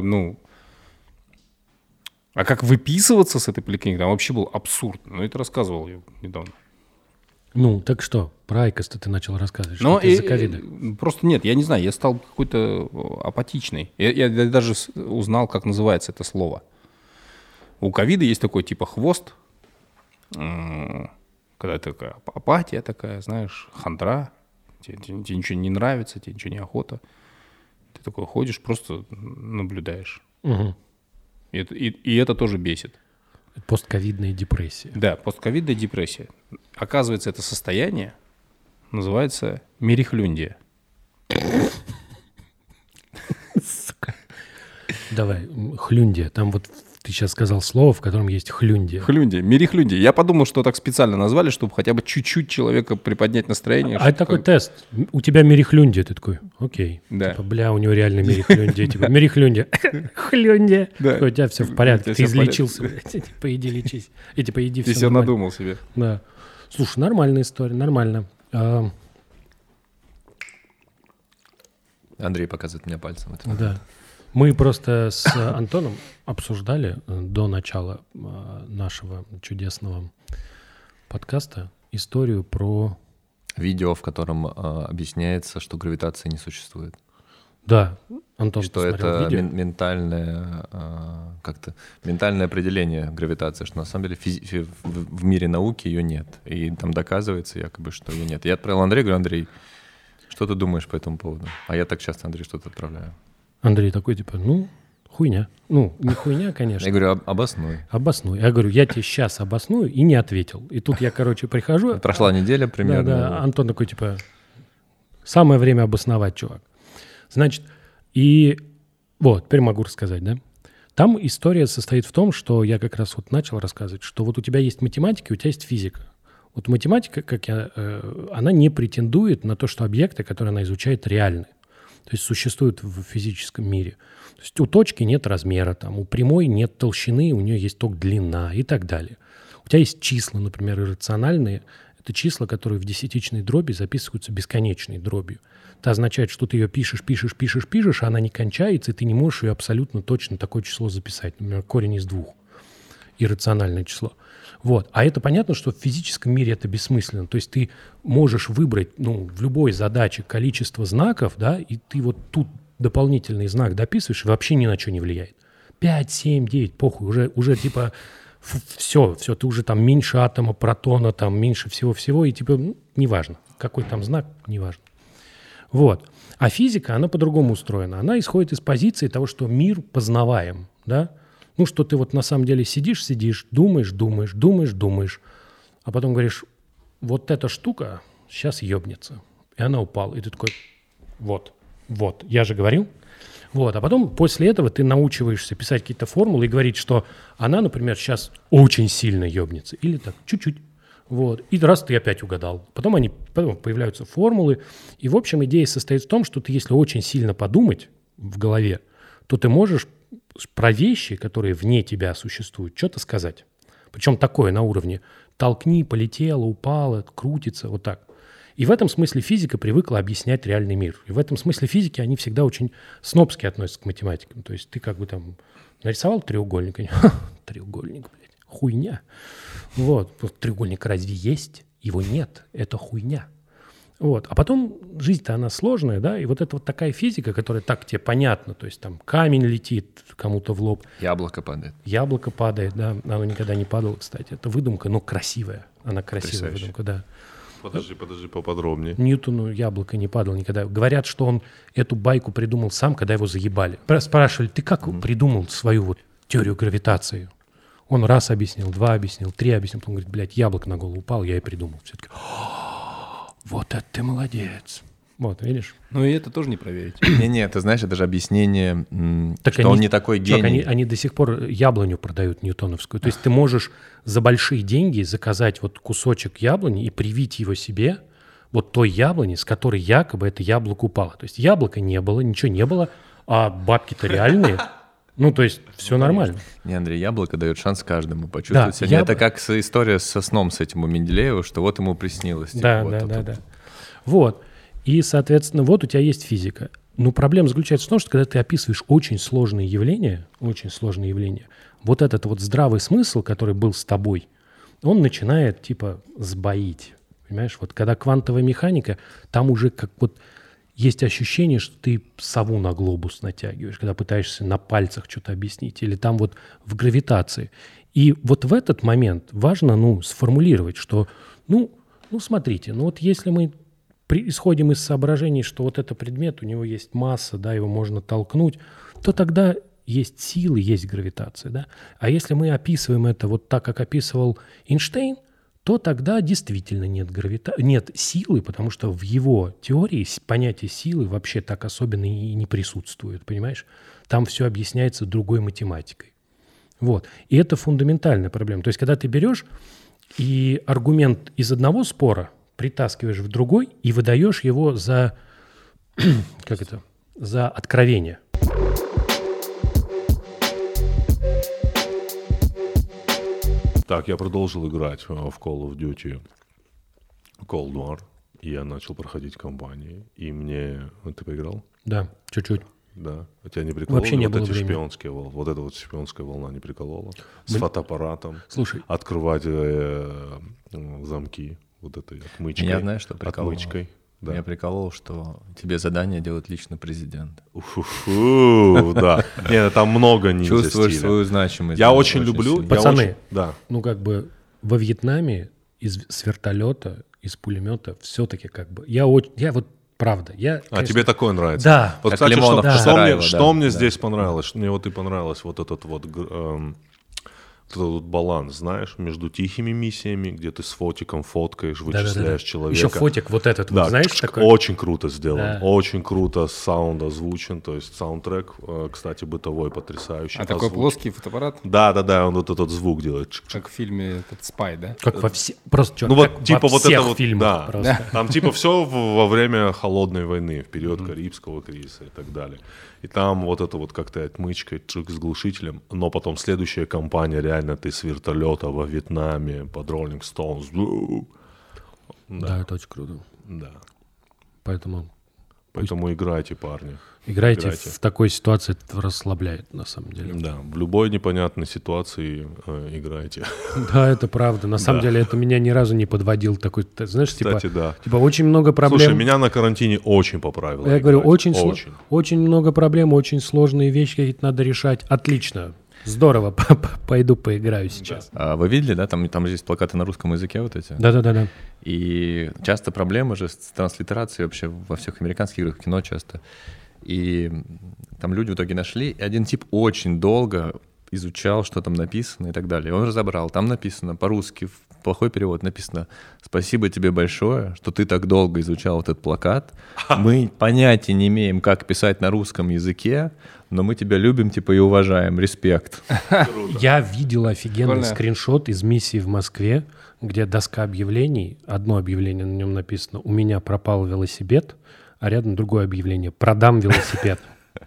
А как выписываться с этой поликлиники, там вообще был абсурд. Это рассказывал я недавно. Ну, так что? Про Айкос-то ты начал рассказывать, что ты из-за ковида. Просто нет, я не знаю, я стал какой-то апатичный. Я даже узнал, как называется это слово. У ковида есть такой типа хвост, когда такая апатия такая, знаешь, хандра, тебе ничего не нравится, тебе ничего не охота. Ты такой ходишь, просто наблюдаешь. Угу. И это тоже бесит. Постковидная депрессия. Да, постковидная депрессия. Оказывается, это состояние называется мерехлюндия. Давай, хлюндия. Там вот ты сейчас сказал слово, в котором есть хлюндия. Хлюндия, мерехлюндия. Я подумал, что так специально назвали, чтобы хотя бы чуть-чуть человека приподнять настроение. А это такой тест. У тебя мерехлюндия. Ты такой, окей. Да. Типа, у него реально мерехлюндия. Типа, мерехлюндия. Хлюндия. У тебя все в порядке. Ты излечился. Типа, иди лечись. И типа, иди все нормально. Ты все надумал себе. Да. Слушай, нормальная история, нормально. Андрей показывает мне пальцем. Да. Мы просто с Антоном обсуждали до начала нашего чудесного подкаста историю про... Видео, в котором объясняется, что гравитации не существует. Да, Антон что это ментальное определение гравитации, что на самом деле в мире науки ее нет. И там доказывается якобы, что ее нет. Я отправил Андрею, говорю, Андрей, что ты думаешь по этому поводу? А я так часто Андрею что-то отправляю. Андрей такой, типа, хуйня. Не хуйня, конечно. Я говорю, обоснуй. Обоснуй. Я говорю, я тебе сейчас обосную, и не ответил. И тут я, прихожу. Прошла неделя примерно. Да. Антон такой, типа, самое время обосновать, чувак. Значит, и вот, теперь могу рассказать, да? Там история состоит в том, что я как раз вот начал рассказывать, что вот у тебя есть математика, у тебя есть физика. Вот математика, она не претендует на то, что объекты, которые она изучает, реальны. То есть существуют в физическом мире. То есть у точки нет размера, там, у прямой нет толщины, у нее есть только длина и так далее. У тебя есть числа, например, иррациональные. Это числа, которые в десятичной дроби записываются бесконечной дробью. Это означает, что ты ее пишешь, а она не кончается, и ты не можешь ее абсолютно точно такое число записать. Например, корень из 2. Иррациональное число. Вот. А это понятно, что в физическом мире это бессмысленно. То есть ты можешь выбрать в любой задаче количество знаков, да, и ты вот тут дополнительный знак дописываешь, и вообще ни на что не влияет. 5, 7, 9, похуй, уже типа все, ты уже там меньше атома, протона, там меньше всего-всего, и типа неважно, какой там знак, неважно. Вот. А физика, она по-другому устроена. Она исходит из позиции того, что мир познаваем, да. Что ты вот на самом деле сидишь, думаешь, а потом говоришь, вот эта штука сейчас ебнется. И она упала. И ты такой, вот, я же говорил. Вот, а потом после этого ты научиваешься писать какие-то формулы и говорить, что она, например, сейчас очень сильно ебнется. Или так, чуть-чуть. Вот. И раз ты опять угадал. Потом появляются формулы. И, в общем, идея состоит в том, что ты, если очень сильно подумать в голове, то ты можешь про вещи, которые вне тебя существуют, что-то сказать. Причем такое на уровне толкни, полетела, упала, крутится, вот так. И в этом смысле физика привыкла объяснять реальный мир. И в этом смысле физики, они всегда очень снобски относятся к математикам. То есть ты как бы там нарисовал треугольник, треугольник, блядь. Хуйня. Вот. Треугольник разве есть? Его нет. Это хуйня. Вот. А потом жизнь-то она сложная, да, и вот это вот такая физика, которая так тебе понятна, то есть там камень летит кому-то в лоб. Яблоко падает. Яблоко падает, да, оно никогда не падало, кстати. Это выдумка, но красивая. Она красивая выдумка, да. Подожди, поподробнее. Ньютону яблоко не падало никогда. Говорят, что он эту байку придумал сам, когда его заебали. Спрашивали, ты как придумал свою вот теорию гравитации? Он раз объяснил, 2 объяснил, 3 объяснил. Он говорит, блядь, яблоко на голову упало, я и придумал. Все-таки, вот это ты молодец. Вот, видишь? Ну и это тоже не проверить. Не-не, ты знаешь, это же объяснение, что он не такой гений. Они до сих пор яблоню продают ньютоновскую. То есть ты можешь за большие деньги заказать вот кусочек яблони и привить его себе, вот той яблони, с которой якобы это яблоко упало. То есть яблока не было, ничего не было, а бабки-то реальные. Ну, то есть все нормально. Не, Андрей, яблоко дает шанс каждому почувствовать себя. Это как история со сном с этим у Менделеева, что вот ему приснилось. Да. Вот. И, соответственно, вот у тебя есть физика. Но проблема заключается в том, что когда ты описываешь очень сложные явления, вот этот вот здравый смысл, который был с тобой, он начинает типа сбоить. Понимаешь? Вот когда квантовая механика, там уже как вот есть ощущение, что ты сову на глобус натягиваешь, когда пытаешься на пальцах что-то объяснить, или там вот в гравитации. И вот в этот момент важно, сформулировать, что, смотрите, вот если мы исходим из соображений, что вот этот предмет, у него есть масса, да, его можно толкнуть, то тогда есть силы, есть гравитация, да. А если мы описываем это вот так, как описывал Эйнштейн, то тогда действительно нет силы, потому что в его теории понятие силы вообще так особенно и не присутствует, понимаешь? Там все объясняется другой математикой. Вот. И это фундаментальная проблема. То есть, когда ты берешь и аргумент из одного спора притаскиваешь в другой и выдаешь его за откровение. Так, я продолжил играть в Call of Duty Cold War, и я начал проходить кампании, и мне... Ты поиграл? Да, чуть-чуть. Да? У тебя не прикололо? Вообще не вот было эти времени. шпионские волны, вот эта вот шпионская волна не приколола? С фотоаппаратом. Слушай. Открывать замки вот этой отмычкой. Я знаю, что прикололо. Отмычкой. Да. Я приколол, что тебе задание делает лично президент. Да. Нет, там много ниндзя Чувствуешь свою значимость. Я очень люблю... Пацаны, да. Во Вьетнаме с вертолета, из пулемета все-таки я вот правда. Конечно, тебе такое нравится? Да. Вот, кстати, что мне здесь понравилось? Мне вот и понравилось вот этот вот баланс, знаешь, между тихими миссиями, где ты с фотиком фоткаешь, вычисляешь человека. Еще фотик вот этот, вот, знаешь, такой? Очень круто сделан, очень круто саунд озвучен, то есть саундтрек, кстати, бытовой, потрясающий. А такой плоский фотоаппарат? Да, он вот этот звук делает. Как в фильме «Спай», да? Как во всех, просто типа во всех фильмах. Да. Там типа все во время Холодной войны, в период Карибского кризиса и так далее. И там вот это вот как-то отмычкой, чик с глушителем, но потом следующая кампания, реально ты с вертолета во Вьетнаме под Rolling Stones. Да, это очень круто. Да. Поэтому играйте, парни. Играйте в такой ситуации, это расслабляет, на самом деле. Да, в любой непонятной ситуации играйте. Да, это правда. На самом деле это меня ни разу не подводил такой, знаешь, кстати, типа очень много проблем. Слушай, меня на карантине очень поправило. Я говорю, очень много проблем, очень сложные вещи какие-то надо решать. Отлично. Здорово, пойду поиграю сейчас. А вы видели, да, там же есть плакаты на русском языке вот эти? Да. И часто проблема же с транслитерацией вообще во всех американских играх, в кино часто. И там люди в итоге нашли, и один тип очень долго изучал, что там написано и так далее. И он разобрал, там написано по-русски, плохой перевод, написано: «Спасибо тебе большое, что ты так долго изучал этот плакат. Мы понятия не имеем, как писать на русском языке, но мы тебя любим, типа, и уважаем. Респект». Я видел офигенный скриншот из миссии в Москве, где доска объявлений, одно объявление, на нем написано: «У меня пропал велосипед», а рядом другое объявление: «Продам велосипед».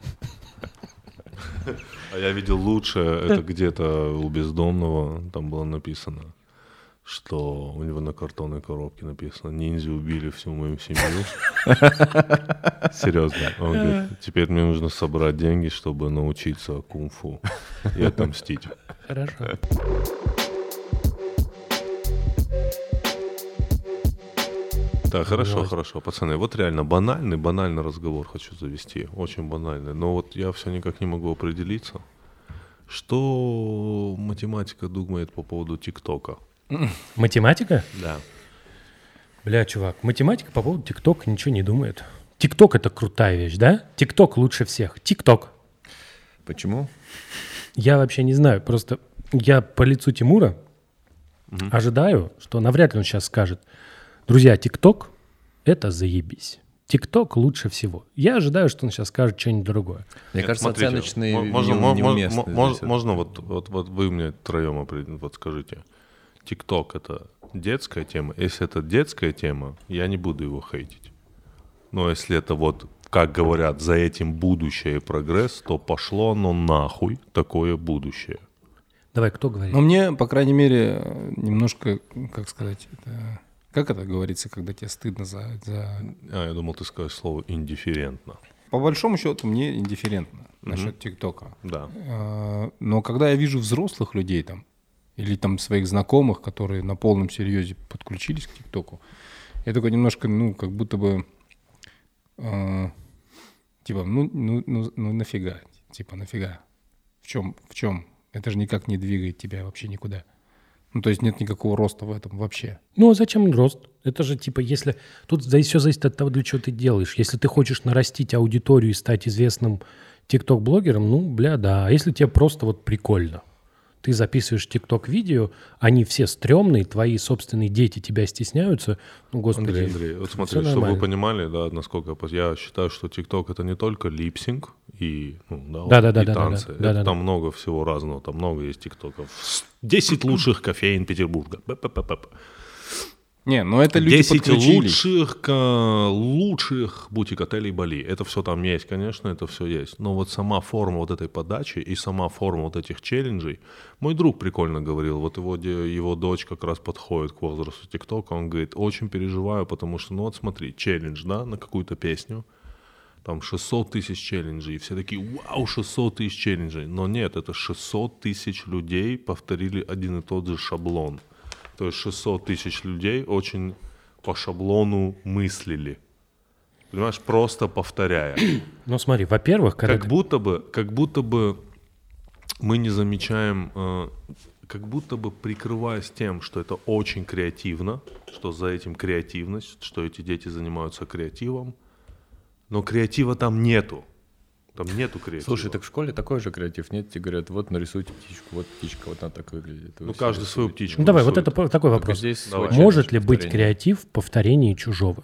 А я видел лучше, это где-то у бездомного, там было написано, что у него на картонной коробке написано: «Ниндзя убили всю мою семью». Серьезно. Он говорит: «Теперь мне нужно собрать деньги, чтобы научиться кунг-фу и отомстить». Хорошо. Да, хорошо, пацаны. Вот реально банальный разговор хочу завести. Очень банальный. Но вот я все никак не могу определиться. Что математика думает по поводу ТикТока? Математика? Да. Бля, чувак, математика по поводу ТикТока ничего не думает. ТикТок — это крутая вещь, да? ТикТок лучше всех. ТикТок. Почему? Я вообще не знаю. Просто я по лицу Тимура ожидаю, что навряд ли он сейчас скажет: друзья, ТикТок — это заебись. ТикТок лучше всего. Я ожидаю, что он сейчас скажет что-нибудь другое. Мне кажется, оценочные неуместны. Можно вот вы мне втроем вот скажите. ТикТок — это детская тема. Если это детская тема, я не буду его хейтить. Но если это вот, как говорят, за этим будущее и прогресс, то пошло оно нахуй, такое будущее. Давай, кто говорит? Ну, мне, по крайней мере, немножко, как сказать, это... Как это говорится, когда тебе стыдно за... Я думал, ты скажешь слово «индифферентно». По большому счету, мне индифферентно насчет ТикТока. Да. Но когда я вижу взрослых людей там, или там своих знакомых, которые на полном серьезе подключились к ТикТоку, я такой немножко, как будто бы, типа, нафига? Типа, нафига? В чем? Это же никак не двигает тебя вообще никуда. То есть нет никакого роста в этом вообще. Ну, а зачем рост? Это же типа, если... Тут все зависит от того, для чего ты делаешь. Если ты хочешь нарастить аудиторию и стать известным тикток-блогером, да. А если тебе просто вот прикольно? Ты записываешь тикток-видео, они все стрёмные, твои собственные дети тебя стесняются. Господи. Андрей, вот смотри, чтобы вы понимали, да, насколько я считаю, что тикток — это не только липсинг и, танцы. Там много всего разного, там много есть тиктоков. 10 лучших кофеин Петербурга. Не, это люди 10 подключились. лучших бутик-отелей Бали. Это все там есть, конечно, это все есть. Но вот сама форма вот этой подачи и сама форма вот этих челленджей. Мой друг прикольно говорил, вот его дочь как раз подходит к возрасту ТикТока, он говорит, очень переживаю, потому что, вот смотри, челлендж, да, на какую-то песню, там 600 тысяч челленджей, и все такие, вау, 600 тысяч челленджей. Но нет, это 600 тысяч людей повторили один и тот же шаблон. То есть 600 тысяч людей очень по шаблону мыслили. Понимаешь, просто повторяя. Ну смотри, во-первых, как будто бы мы не замечаем, как будто бы прикрываясь тем, что это очень креативно, что за этим креативность, что эти дети занимаются креативом, но креатива там нету. Там нету креатива. Слушай, так в школе такой же креатив нет? Тебе говорят, вот нарисуйте птичку, вот птичка, вот она так выглядит. Каждый свою птичку. Давай, вот это такой вопрос. Может ли быть креатив в повторении чужого?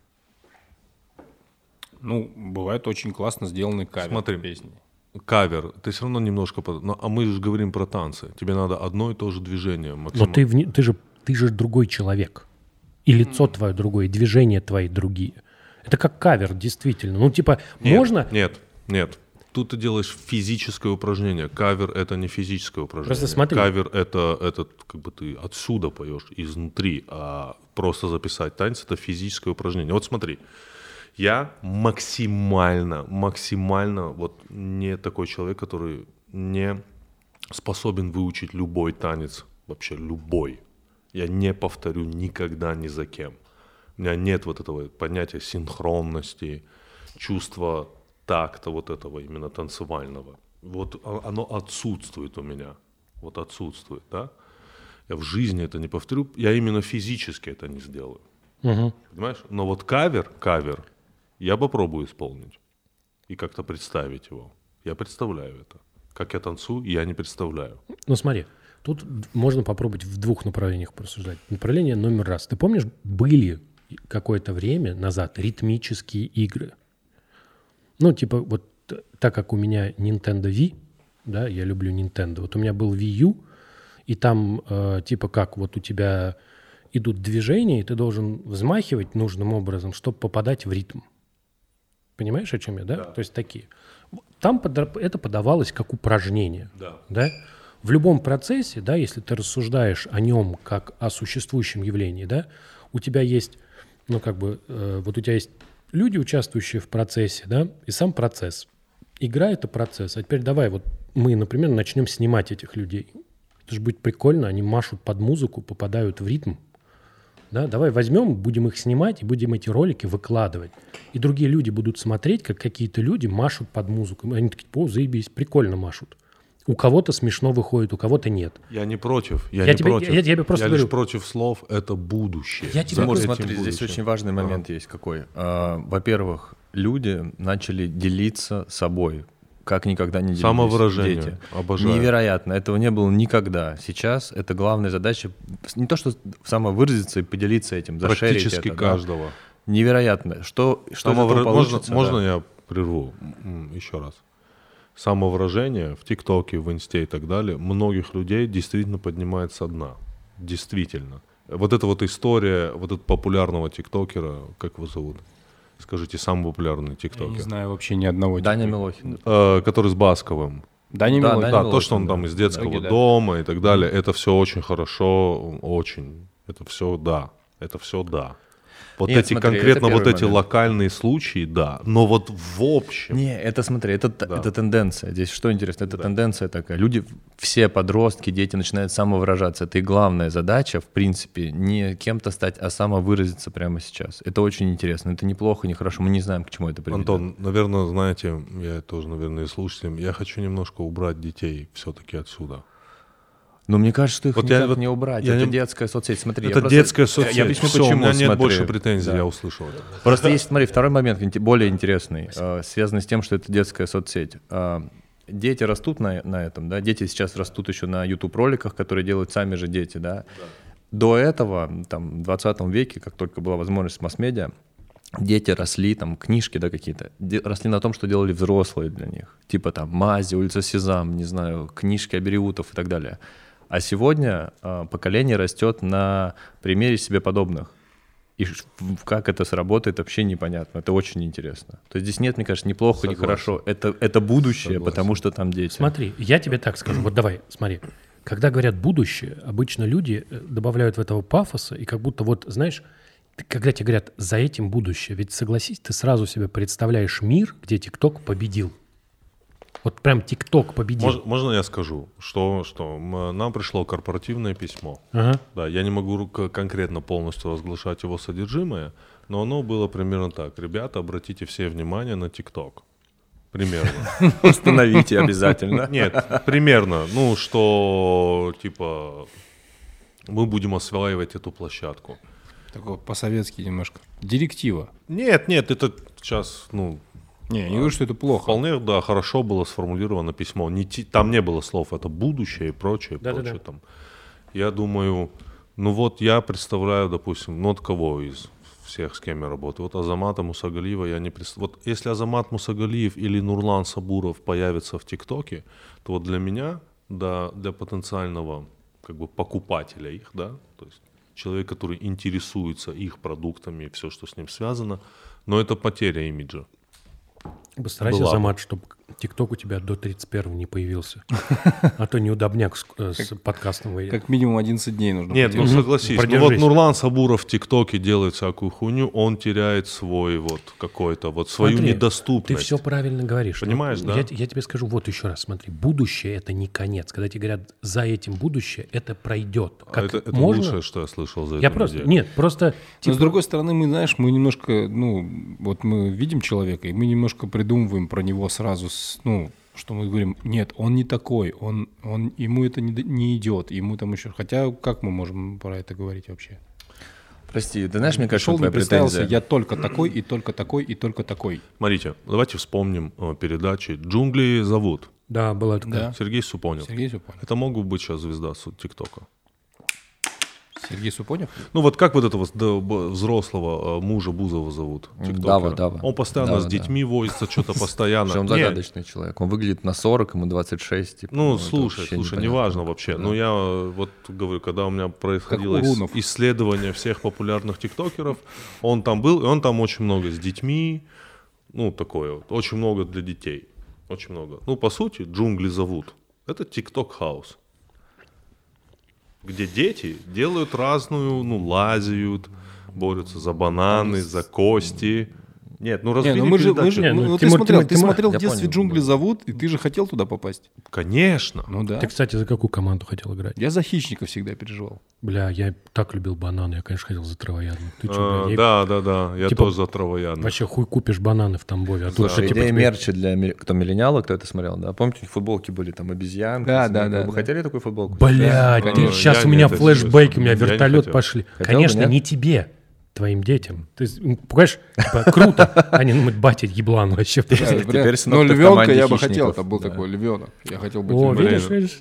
Бывает очень классно сделанный кавер песни. Кавер, ты все равно немножко... А мы же говорим про танцы. Тебе надо одно и то же движение. Но ты же другой человек. И лицо твое другое, и движения твои другие. Это как кавер, действительно. Можно... Нет. Тут ты делаешь физическое упражнение. Кавер — это не физическое упражнение. Просто смотри. Кавер — это как бы ты отсюда поешь, изнутри. А просто записать танец — это физическое упражнение. Вот смотри. Я максимально вот не такой человек, который не способен выучить любой танец. Вообще любой. Я не повторю никогда ни за кем. У меня нет вот этого понятия синхронности, чувства такта вот этого именно танцевального. Вот оно отсутствует у меня. Вот отсутствует, да? Я в жизни это не повторю, я именно физически это не сделаю. Угу. Понимаешь? Но вот кавер я попробую исполнить и как-то представить его. Я представляю это. Как я танцую, я не представляю. Смотри, тут можно попробовать в двух направлениях порассуждать. Направление номер раз. Ты помнишь, были какое-то время назад ритмические игры? Вот так как у меня Nintendo Wii, да, я люблю Nintendo, вот у меня был Wii U, и там как вот у тебя идут движения, и ты должен взмахивать нужным образом, чтобы попадать в ритм. Понимаешь, о чем я, да? То есть такие. Там это подавалось как упражнение. Да? В любом процессе, да, если ты рассуждаешь о нем как о существующем явлении, да, у тебя есть, вот у тебя есть люди, участвующие в процессе, да, и сам процесс. Игра — это процесс. А теперь давай мы, например, начнем снимать этих людей. Это же будет прикольно, они машут под музыку, попадают в ритм. Да? Давай возьмем, будем их снимать и будем эти ролики выкладывать. И другие люди будут смотреть, как какие-то люди машут под музыку. Они такие, о, заебись, прикольно машут. У кого-то смешно выходит, у кого-то нет. Я не против. Я тебе просто говорю. Лишь против слов — это будущее. Смотри, здесь очень важный момент есть какой. Во-первых, люди начали делиться собой, как никогда не делились Самовыражение. Дети. Обожаю. Невероятно. Этого не было никогда. Сейчас это главная задача. Не то, что самовыразиться и поделиться этим, зашерить практически это, каждого. Да? Невероятно. Что из этого получится? Можно я прерву еще раз? Самовыражение в ТикТоке, в Инсте и так далее многих людей действительно поднимает со дна. Действительно. Вот эта вот история вот этого популярного тиктокера, как его зовут? Скажите, самый популярный тиктокер. Я не знаю вообще ни одного. Даня Милохин. Который с Басковым. Даня Милохин. Да, то, что он там из детского дома и так далее, это все очень хорошо, очень. Это все да. Вот Нет, эти смотри, конкретно вот эти момент. локальные случаи, да. Но вот в общем... Не, это смотри, это тенденция. Здесь что интересно, это тенденция такая. Люди, все подростки, дети начинают самовыражаться. Это и главная задача, в принципе, не кем-то стать, а самовыразиться прямо сейчас. Это очень интересно. Это неплохо, нехорошо. Мы не знаем, к чему это приведет. Антон, наверное, знаете, я тоже, наверное, и слушателям, я хочу немножко убрать детей все-таки отсюда. Но мне кажется, что их Вот никак не убрать. Это детская соцсеть. Смотри, это детская соцсеть. Я объясню, Всё, почему. у меня нет смотри. больше претензий, я услышал это. Просто есть, смотри, второй момент, более интересный, связанный с тем, что это детская соцсеть. Дети растут на этом, да, дети сейчас растут еще на YouTube-роликах, которые делают сами же дети, да. До этого, там, в 20 веке, как только была возможность масс-медиа, дети росли, там, книжки, да, какие-то, росли на том, что делали взрослые для них. Типа там «Мази», «Улица Сезам», не знаю, книжки Абериутов и так далее. А сегодня поколение растет на примере себе подобных. И как это сработает, вообще непонятно. Это очень интересно. То есть здесь нет, мне кажется, ни плохо, ни хорошо. Это будущее, потому что там дети. Смотри, я тебе так скажу. Вот давай, смотри. Когда говорят «будущее», обычно люди добавляют в этого пафоса, и как будто вот, знаешь, когда тебе говорят «за этим будущее», ведь согласись, ты сразу себе представляешь мир, где ТикТок победил. Вот прям ТикТок победил. Можно я скажу, что нам пришло корпоративное письмо. Ага. Да, я не могу конкретно полностью разглашать его содержимое, но оно было примерно так. Ребята, обратите все внимание на ТикТок. Примерно. Установите обязательно. Нет, примерно. Ну, что, типа, мы будем осваивать эту площадку. Такое по-советски немножко. Директива. Нет, это сейчас, Не, я не говорю, что это плохо. Вполне, да, хорошо было сформулировано письмо. Там не было слов «это будущее» и прочее. Да. Там. Я думаю, я представляю, допустим, от кого из всех, с кем я работаю. Вот Азамата Мусагалиева я не представляю. Вот если Азамат Мусагалиев или Нурлан Сабуров появятся в ТикТоке, то вот для меня, да, для потенциального как бы покупателя их, да, то есть человек, который интересуется их продуктами и все, что с ним связано, но это потеря имиджа. Постарайся, Азамат, чтобы ТикТок у тебя до 31-го не появился. А то неудобняк с подкастом выйдет. Как минимум 11 дней нужно. Нет, согласись. Вот Нурлан Сабуров в ТикТоке делает всякую хуйню, он теряет свой свою недоступность. Ты все правильно говоришь. Понимаешь, да? Я тебе скажу вот еще раз, смотри. Будущее — это не конец. Когда тебе говорят «за этим будущее», это пройдет. Это лучшее, что я слышал за эту неделю. Нет, просто... Но с другой стороны, мы немножко, мы видим человека, и мы немножко придумываем про него сразу, что мы говорим, нет, он не такой, ему это не идет, ему там еще... Хотя как мы можем про это говорить вообще? Прости, ты знаешь, мне кажется, Шел, твоя представился, претензия. я только такой, и только такой, и только такой. Смотрите, давайте вспомним передачи «Джунгли зовут». Да, была такая. Да. Сергей Супонев. Сергей Супонев. Это мог бы быть сейчас звезда ТикТока. Сергей Супонев? Вот как вот этого взрослого мужа Бузова зовут? Дава. Он постоянно с детьми возится, что-то постоянно. Он загадочный человек. Он выглядит на 40, ему 26. Типа, слушай, неважно вообще. Да. Я вот говорю, когда у меня происходило исследование всех популярных тиктокеров, он там был, и он там очень много с детьми, такое, очень много для детей. Очень много. По сути, «Джунгли зовут». Это TikTok-хаус. Где дети делают разную, лазят, борются за бананы, за кости. Нет, ну разбери Ты смотрел в детстве «Джунгли зовут», и ты же хотел туда попасть. Конечно. Ну да. Ты, кстати, за какую команду хотел играть? Я за «Хищника» всегда переживал. Бля, я так любил бананы, я, конечно, хотел за травоядных. Ты что, бля? Да, я тоже за травоядных. Вообще хуй купишь бананы в Тамбове. А тут Слушай, идея мерча для кто миллениала, кто это смотрел, да? Помните, у них футболки были там обезьянки? Да. Вы хотели такую футболку? Блядь, сейчас у меня флешбеки, у меня вертолет пошли. Конечно, не тебе. Твоим детям. Ты понимаешь, типа, круто. Они думают, батя еблан вообще. Но львенка я бы хотел, это был такой львенок. Я хотел быть видишь?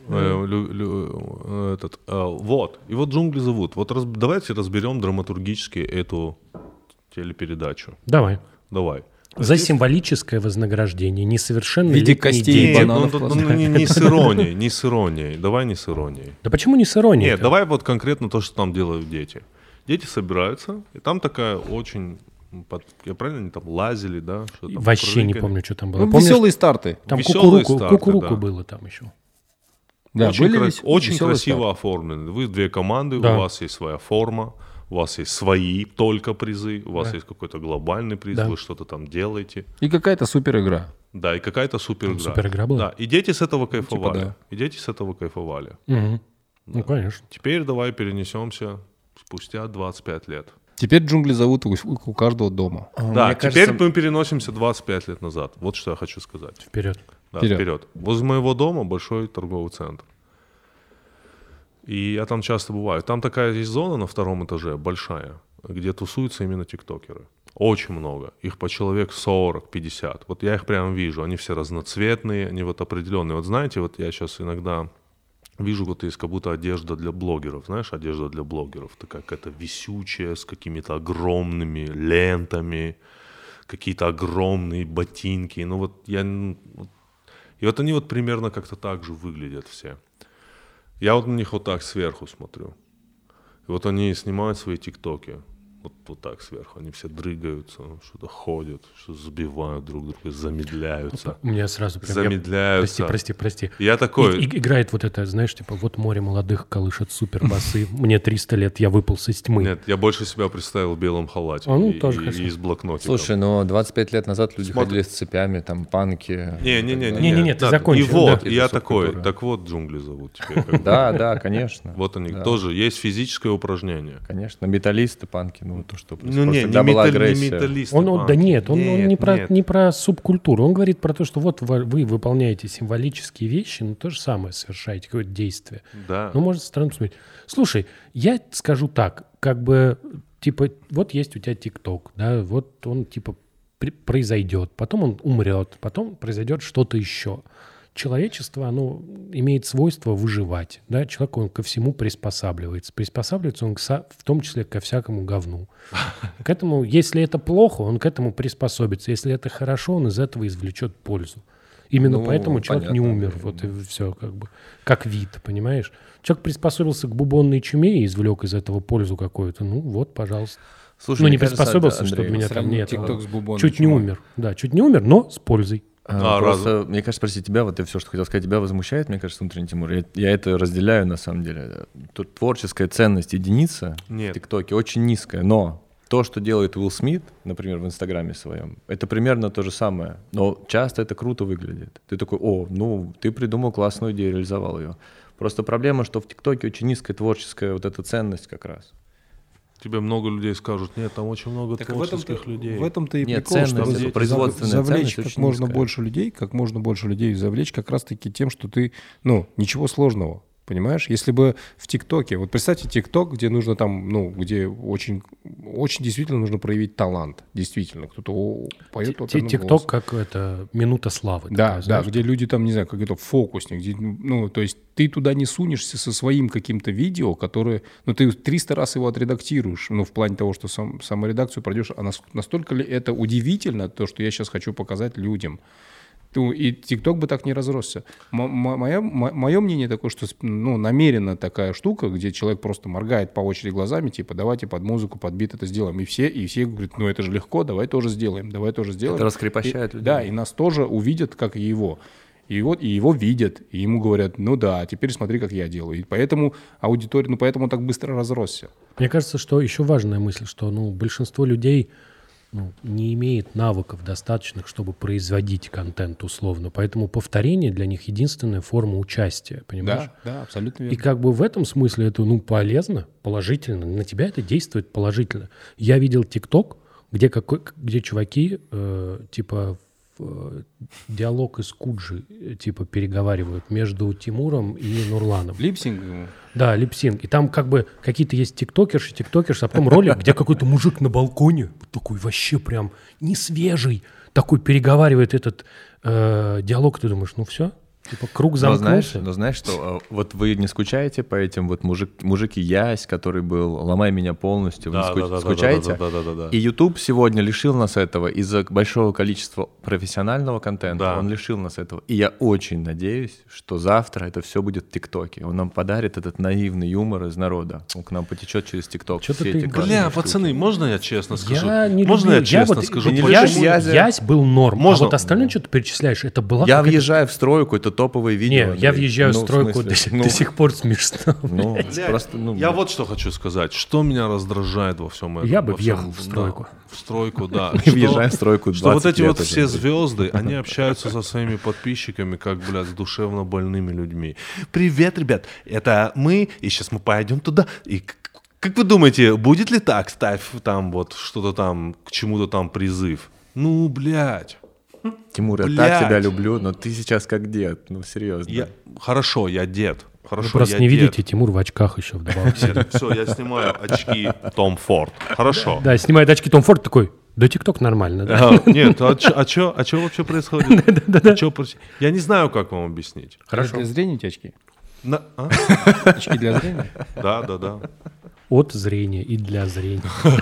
Вот. И вот «Джунгли зовут». Вот давайте разберем драматургически эту телепередачу. Давай. За Здесь... символическое вознаграждение несовершеннолетние в виде костей и бананов. Не с иронией. Давай не с иронией. Да почему не с иронией? Нет, давай вот конкретно то, что там делают дети. Дети собираются, и там такая очень... Я правильно, они там лазили, да? Что там, вообще прыгали. не помню, что там было. Веселые старты. Там Веселые кукуруку да. было там еще. Да, очень красиво оформлены. Вы две команды, да. У вас есть своя форма, у вас есть свои только призы, у вас есть какой-то глобальный приз, вы что-то там делаете. И какая-то супер игра. Да, и какая-то супер игра. Супер игра была? Да, и дети с этого кайфовали. Типа, да. И дети с этого кайфовали. Угу. Да. Ну, конечно. Теперь давай перенесемся спустя 25 лет. Теперь «Джунгли зовут» у каждого дома. Да, теперь кажется... мы переносимся 25 лет назад. Вот что я хочу сказать. Вперед. Да, вперед. Возле моего дома большой торговый центр. И я там часто бываю. Там такая есть зона на 2-м этаже, большая, где тусуются именно тиктокеры. Очень много. Их по человек 40-50. Вот я их прям вижу. Они все разноцветные, они вот определенные. Вот знаете, вот я сейчас иногда... Вижу, вот есть как будто одежда для блогеров. Знаешь, одежда для блогеров. Такая какая-то висючая, с какими-то огромными лентами, какие-то огромные ботинки. Ну вот я... И вот они вот примерно как-то так же выглядят все. Я вот на них вот так сверху смотрю. И вот они снимают свои тиктоки. Вот так сверху. Они все дрыгаются, что-то ходят, что-то забивают друг друга, замедляются. У меня сразу прям... Замедляются. Прости. Я такой... Играет вот это, знаешь, типа, вот море молодых колышет супербасы, мне 300 лет, я выполз из тьмы. Нет, я больше себя представил в белом халате и с блокнотиком. Слушай, но 25 лет назад люди ходили с цепями, там, панки. Не, ты закончил. И вот, я такой, так вот «Джунгли зовут» теперь. Да, конечно. Вот они тоже, есть физическое упражнение. Конечно, металлисты, панки, то, что не металлист. Он не про субкультуру. Он говорит про то, что вот вы выполняете символические вещи, но то же самое совершаете, какое-то действие. Да. Ну, может, странно посмотреть. Слушай, я скажу так, как бы, типа, вот есть у тебя ТикТок, да, вот он, типа, произойдет, потом он умрет, потом произойдет что-то еще. Человечество, оно имеет свойство выживать. Да? Человек, он ко всему приспосабливается. Приспосабливается он в том числе ко всякому говну. К этому, если это плохо, он к этому приспособится. Если это хорошо, он из этого извлечет пользу. Именно поэтому человек не умер. Вот и все, как бы. Как вид, понимаешь? Человек приспособился к бубонной чуме и извлек из этого пользу какую-то. Ну вот, пожалуйста. Слушай, не приспособился, чтобы меня там нет. Чуть чумой. не умер. Да, чуть не умер, но с пользой. Просто, мне кажется, прости, тебя, вот я все, что хотел сказать, тебя возмущает, мне кажется, внутренний Тимур. Я это разделяю, на самом деле. Тут творческая ценность единицы в ТикТоке очень низкая, но то, что делает Уилл Смит, например, в Инстаграме своем, это примерно то же самое, но часто это круто выглядит. Ты такой, ты придумал классную идею, реализовал ее. Просто проблема, что в ТикТоке очень низкая творческая вот эта ценность как раз. Тебе много людей скажут, нет, там очень много творческих людей. В этом-то и прикол, что завлечь как можно больше людей завлечь как раз-таки тем, что ты, ничего сложного. Понимаешь, если бы в ТикТоке, вот представьте ТикТок, где нужно там, где очень, очень действительно нужно проявить талант, действительно, кто-то поет. ТикТок как это минута славы. Да, где люди там, не знаю, как это фокусник, то есть ты туда не сунешься со своим каким-то видео, которое, ты 300 раз его отредактируешь, в плане того, что саморедакцию пройдешь, а настолько ли это удивительно, то, что я сейчас хочу показать людям. И ТикТок бы так не разросся. Мое мнение такое, что намеренно такая штука, где человек просто моргает по очереди глазами, типа, давайте под музыку, под бит это сделаем. И все говорят, это же легко, давай тоже сделаем. Это раскрепощает людей. Да, и нас тоже увидят, как и его. И его видят, и ему говорят, теперь смотри, как я делаю. И поэтому поэтому он так быстро разросся. Мне кажется, что еще важная мысль, что большинство людей не имеет навыков достаточных, чтобы производить контент условно. Поэтому повторение для них единственная форма участия, понимаешь? Да, абсолютно верно. И как бы в этом смысле это полезно, положительно. На тебя это действует положительно. Я видел ТикТок, где чуваки типа диалог из Куджи типа переговаривают между Тимуром и Нурланом. Липсинг? Да, липсинг. И там как бы какие-то есть тиктокерши, а потом ролик, где какой-то мужик на балконе, такой вообще прям не свежий, такой переговаривает этот диалог. Ты думаешь, все? Типа круг замкнулся. Но знаешь, что вот вы не скучаете по этим вот мужики Ясь, который был «Ломай меня полностью», вы не скучаете? Да. И YouTube сегодня лишил нас этого из-за большого количества профессионального контента. Да. Он лишил нас этого. И я очень надеюсь, что завтра это все будет в ТикТоке. Он нам подарит этот наивный юмор из народа. Он к нам потечет через ТикТок. Бля, пацаны, можно я честно скажу? Скажу? Ясь был норм. Можно? А вот остальное, что ты перечисляешь, это была... Я въезжаю в стройку, это топовые видео. Не, я въезжаю в стройку, до сих пор смешно. Я вот что хочу сказать. Что меня раздражает во всем этом? Я бы въехал в стройку. В стройку, да. Мы въезжаем в стройку 20 Что вот эти лет вот уже. все звезды, они общаются со своими подписчиками, как, блядь, с душевно больными людьми. Привет, ребят, это мы, и сейчас мы пойдем туда. И как вы думаете, будет ли так? Ставь там вот что-то там, к чему-то там призыв. Ну, блядь. Тимур, я так тебя люблю, но ты сейчас как дед, серьезно. Хорошо, я дед. Хорошо, вы просто не видите, Тимур в очках еще вдобавок. Все, я снимаю очки Том Форд. Хорошо. Да, снимает очки Том Форд такой, да ТикТок нормально. Да? Нет, а что вообще происходит? Я не знаю, как вам объяснить. Хорошо. Для зрения эти очки? Очки для зрения? Да. От зрения и для зрения.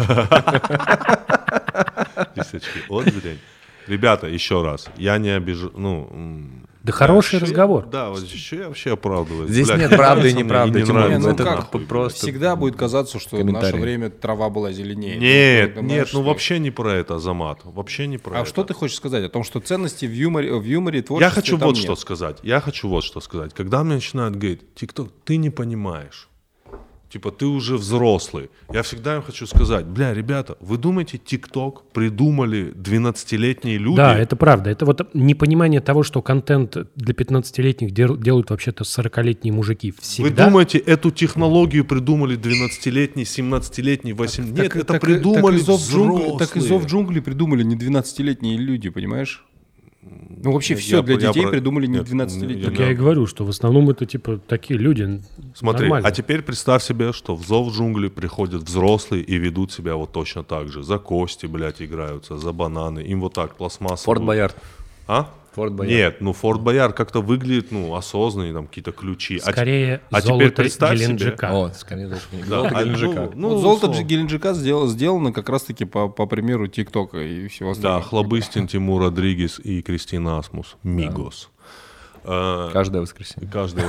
Есть очки от зрения. Ребята, еще раз, я не обижу, Да хороший разговор. Да, вот еще я вообще оправдываюсь. Здесь нет правды и неправды. Это просто всегда будет казаться, что в наше время трава была зеленее. Нет, вообще не про это, Азамат. Вообще не про это. А что ты хочешь сказать? О том, что ценности в юморе, творчестве Я хочу вот что сказать. Когда мне начинают говорить, ТикТок, ты не понимаешь. Типа, ты уже взрослый. Я всегда им хочу сказать, бля, ребята, вы думаете, ТикТок придумали 12-летние люди? Да, это правда. Это вот непонимание того, что контент для 15-летних делают вообще-то 40-летние мужики. Всегда... Вы думаете, эту технологию придумали 12-летние, 17-летние, 18-летние? Нет, это придумали взрослые. Так и «Зов джунглей» придумали не 12-летние люди, понимаешь? Вообще все для детей придумали не 12-летние. Так я и говорю, что в основном это типа такие люди. Смотри, нормально. А теперь представь себе, что в «Зов джунглей» приходят взрослые и ведут себя вот точно так же. За кости, блядь, играются, за бананы. Им вот так пластмассовую... Форт Боярд. А? Форт Боярд. Нет, Форт Боярд как-то выглядит, осознанный, там какие-то ключи. Скорее золото Геленджика. Скорее золото Геленджика. Золото Геленджика сделано как раз-таки по примеру ТикТока и всего остального. Да, Хлобыстин, Тимур Родригес и Кристина Асмус. Мигос. Каждое воскресенье.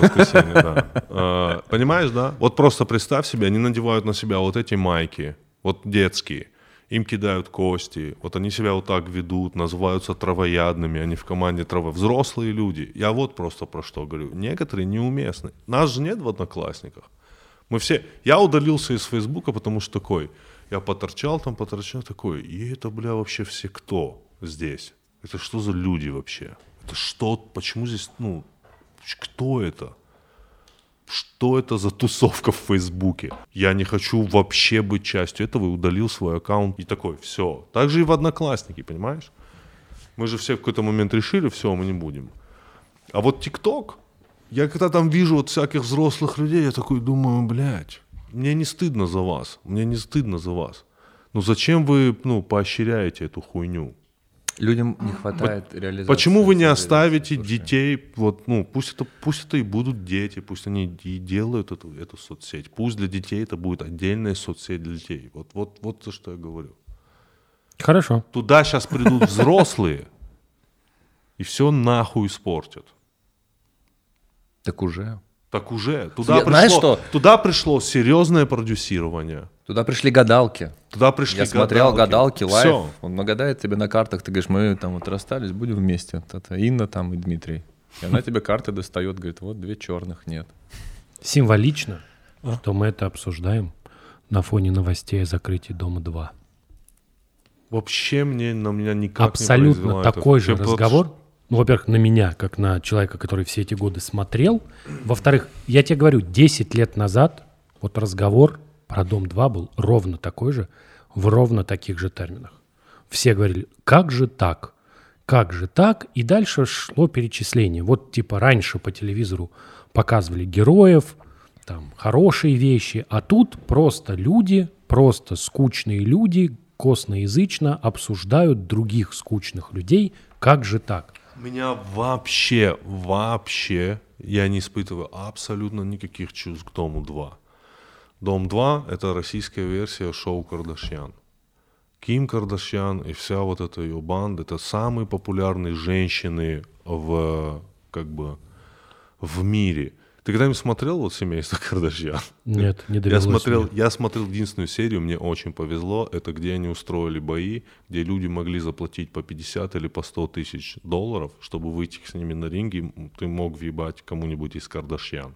Да. Понимаешь, да? Вот просто представь себе, они надевают на себя вот эти майки, вот детские. Им кидают кости, вот они себя вот так ведут, называются травоядными, они в команде взрослые люди. Я вот просто про что говорю. Некоторые неуместны. Нас же нет в Одноклассниках. Я удалился из Фейсбука, потому что такой, я поторчал такой, и это, бля, вообще все кто здесь? Это что за люди вообще? Это что, почему здесь, кто это? Что это за тусовка в Фейсбуке? Я не хочу вообще быть частью этого, и удалил свой аккаунт. И такой, все. Так же и в Одноклассники, понимаешь? Мы же все в какой-то момент решили, все, мы не будем. А вот ТикТок, я когда там вижу вот всяких взрослых людей, я такой думаю, блядь, мне не стыдно за вас. Зачем вы, поощряете эту хуйню? Людям не хватает реализации. Почему вы не оставите детей, пусть это и будут дети, пусть они и делают эту соцсеть, пусть для детей это будет отдельная соцсеть для детей. Вот за что я говорю. Хорошо. Туда сейчас придут взрослые и все нахуй испортят. Так уже. Туда пришло серьезное продюсирование. Туда пришли гадалки. Я смотрел гадалки лайв. Все. Он нагадает тебе на картах. Ты говоришь, мы там вот расстались, будем вместе. Это Инна там и Дмитрий. И она тебе карты достает, говорит, вот 2 черных нет. Символично, что мы это обсуждаем на фоне новостей о закрытии Дома-2. вообще на меня никак абсолютно не произвело такой это. же разговор. Ну, во-первых, на меня, как на человека, который все эти годы смотрел. Во-вторых, я тебе говорю, 10 лет назад вот разговор про «Дом-2» был ровно такой же, в ровно таких же терминах. Все говорили, как же так? Как же так? И дальше шло перечисление. Вот типа раньше по телевизору показывали героев, там хорошие вещи, а тут просто люди, просто скучные люди косноязычно обсуждают других скучных людей. Как же так? Меня вообще, я не испытываю абсолютно никаких чувств к «Дому-2». «Дом-2» — это российская версия шоу «Кардашьян». Ким Кардашьян и вся вот эта ее банда — это самые популярные женщины в мире. Ты когда-нибудь смотрел вот «Семейство Кардашьян»? Нет, не довелось. Я смотрел единственную серию, мне очень повезло. Это где они устроили бои, где люди могли заплатить по 50 или по 100 тысяч долларов, чтобы выйти с ними на ринге, ты мог въебать кому-нибудь из Кардашьян.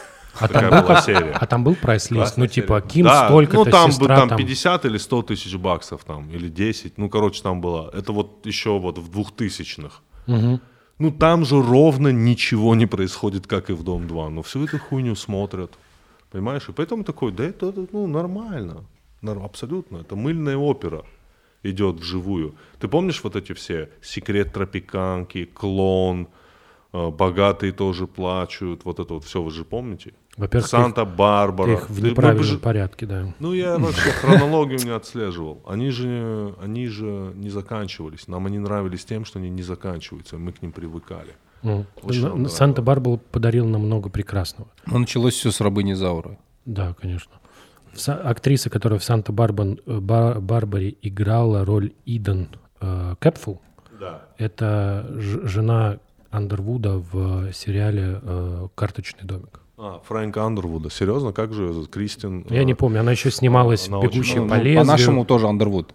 А там был прайс-лист? Ну, типа, Ким столько-то, сестра там 50 или 100 тысяч баксов, там, или 10. Ну, короче, там было. Это вот еще вот в 2000-х. Угу. Ну, там же ровно ничего не происходит, как и в «Дом-2». Но всю эту хуйню смотрят. Понимаешь? И поэтому такой, да это нормально. Абсолютно. Это мыльная опера идет вживую. Ты помнишь вот эти все «Секрет тропиканки», «Клон», «Богатые тоже плачут», вот это вот все вы же помните? Во-первых, «Санта-Барбара». Ты их в неправильном порядке, да. Ну, я вообще хронологию не отслеживал. Они же не заканчивались. Нам они нравились тем, что они не заканчиваются. Мы к ним привыкали. «Санта-Барбара» подарил нам много прекрасного. Но началось все с «Рабыни Изауры». Да, конечно. Актриса, которая в «Санта-Барбаре» играла роль Иден Кэпфул, да. Это жена Андервуда в сериале «Карточный домик». Фрэнка Андервуда. Серьезно? Как же ее Кристин? Я не помню. Она еще снималась в «Бегущем по лезвию». По-нашему тоже Андервуд.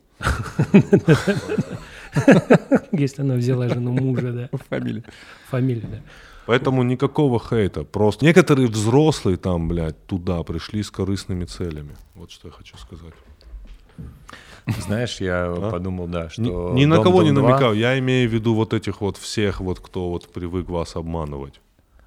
Если она взяла жену мужа, да. Фамилия, да. Поэтому никакого хейта. Просто некоторые взрослые там, блядь, туда пришли с корыстными целями. Вот что я хочу сказать. Знаешь, я подумал, да, что... Ни на кого не намекал. Я имею в виду вот этих вот всех, вот кто вот привык вас обманывать.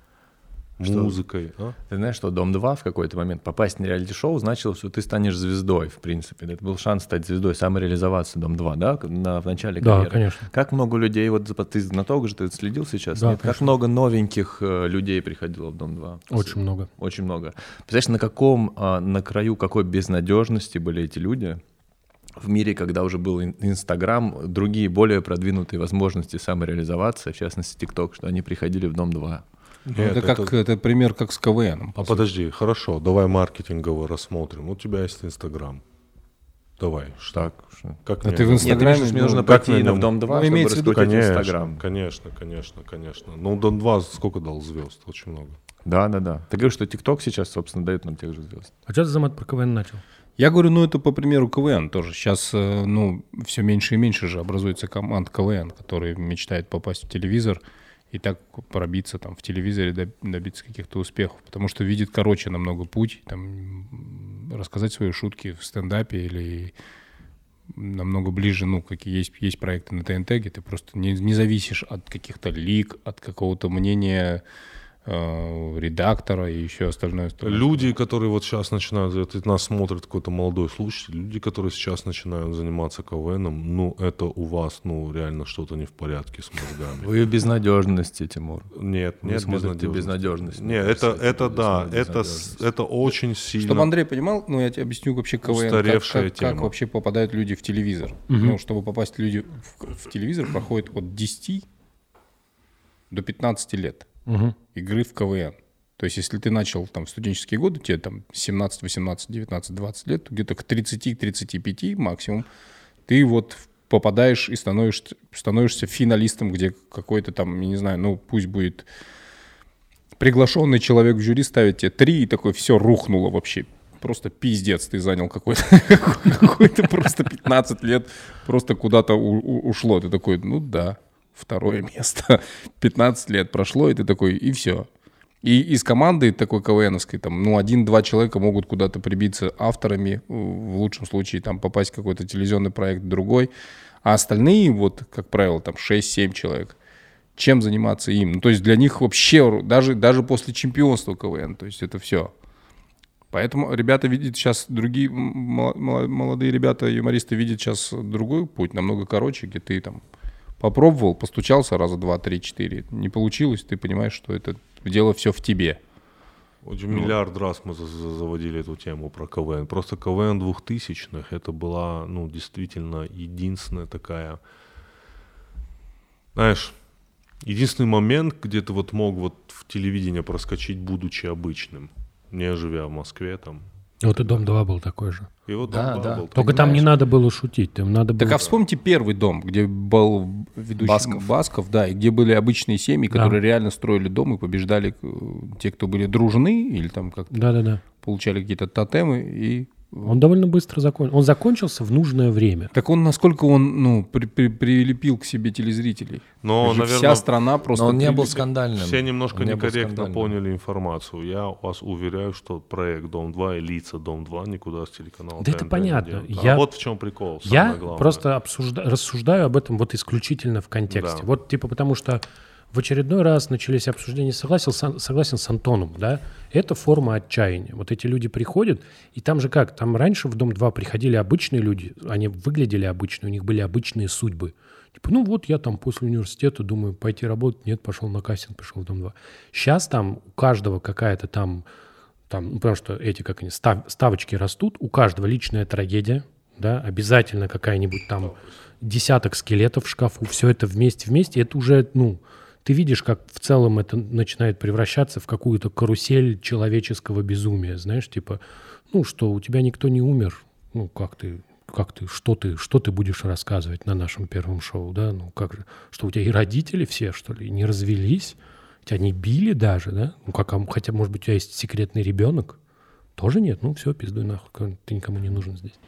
Музыкой. Ты знаешь, что «Дом-2» в какой-то момент попасть на реалити-шоу значило, что ты станешь звездой, в принципе. Это был шанс стать звездой, самореализоваться «Дом-2», да, в начале карьеры. Да, конечно. Как много людей, вот ты знаток же, ты следил сейчас? Да, нет? Как много новеньких людей приходило в «Дом-2»? Очень много. Очень много. Представляешь, на краю какой безнадежности были эти люди в мире, когда уже был Инстаграм, другие более продвинутые возможности самореализоваться, в частности ТикТок, что они приходили в «Дом-2». Нет, это пример как с КВН. Подожди, хорошо, давай маркетингово рассмотрим. У тебя есть Инстаграм. Давай. Так. Как ты в Инстаграме? Мне нужно пойти в «Дом-2», чтобы раскрутить Инстаграм. Конечно. Ну, «Дом-2» сколько дал звезд? Очень много. Да. Ты говоришь, что ТикТок сейчас, собственно, дает нам тех же звезд. А что ты за мат про КВН начал? Я говорю, это по примеру КВН тоже. Сейчас, все меньше и меньше же образуется команд КВН, которые мечтают попасть в телевизор и так пробиться там в телевизоре, добиться каких-то успехов. Потому что видит короче намного путь, там, рассказать свои шутки в стендапе или намного ближе, какие есть проекты на ТНТ, где ты просто не зависишь от каких-то лик, от какого-то мнения редактора и еще остальное. Люди, которые вот сейчас начинают, нас смотрит какой-то молодой слушатель, люди, которые сейчас начинают заниматься КВНом, это у вас, реально что-то не в порядке с мозгами. Вы в безнадежности, Тимур. Нет, безнадежность. Нет, это очень сильно. Чтобы Андрей понимал, я тебе объясню вообще КВН, как вообще попадают люди в телевизор. Чтобы попасть люди в телевизор, проходит от 10 до 15 лет. Игры в КВН. То есть, если ты начал там в студенческие годы, тебе там 17, 18, 19, 20 лет, то где-то к 30-35 максимум ты вот попадаешь и становишься финалистом, где какой-то там, я не знаю, пусть будет приглашенный человек в жюри ставит тебе 3, и такой все рухнуло вообще. Просто пиздец, ты занял какой-то просто 15 лет, просто куда-то ушло. Ты такой, да. Второе место. 15 лет прошло, и ты такой, и все. И из команды такой КВНовской, там, 1-2 человека могут куда-то прибиться авторами, в лучшем случае там попасть в какой-то телевизионный проект другой, а остальные, вот, как правило, там 6-7 человек. Чем заниматься им? То есть для них вообще, даже после чемпионства КВН, то есть это все. Поэтому ребята видят сейчас другие, молодые ребята, юмористы видят сейчас другой путь, намного короче, где ты там попробовал, постучался раза 2, 3, 4, не получилось, ты понимаешь, что это дело все в тебе. Миллиард раз мы заводили эту тему про КВН. Просто КВН 2000-х это была, действительно единственная такая, знаешь, единственный момент, где ты вот мог вот в телевидение проскочить, будучи обычным, не живя в Москве там. Вот и «Дом-2» был такой же. И вот «Дом-2» был. Только понимаешь? Там не надо было шутить. Там надо было... Так а вспомните первый «Дом», где был ведущий Басков, да, и где были обычные семьи, которые реально строили дом и побеждали те, кто были дружны или там как-то получали какие-то тотемы и... Он довольно быстро закончился. Он закончился в нужное время. Так он, насколько он, прилепил к себе телезрителей? Но, наверное, вся страна просто... Но он не был скандальным. Все немножко некорректно поняли информацию. Я вас уверяю, что проект «Дом-2» и лица «Дом-2» никуда с телеканала да ТНТ это понятно. Вот в чем прикол. Я просто рассуждаю об этом вот исключительно в контексте. Да. Вот типа потому что в очередной раз начались обсуждения, согласен с Антоном, да, это форма отчаяния. Вот эти люди приходят, и там же как, там раньше в «Дом-2» приходили обычные люди, они выглядели обычно, у них были обычные судьбы. Типа, вот я там после университета думаю пойти работать, нет, пошел на кастинг, пришел в «Дом-2». Сейчас там у каждого какая-то там потому что эти, как они, ставочки растут, у каждого личная трагедия, да, обязательно какая-нибудь там десяток скелетов в шкафу, все это вместе, это уже, ты видишь, как в целом это начинает превращаться в какую-то карусель человеческого безумия, знаешь, типа, что у тебя никто не умер, что ты будешь рассказывать на нашем первом шоу, да, как же, что у тебя и родители все, что ли, не развелись, тебя не били даже, да, хотя, может быть, у тебя есть секретный ребенок, тоже нет, все, пиздуй нахуй, ты никому не нужен здесь.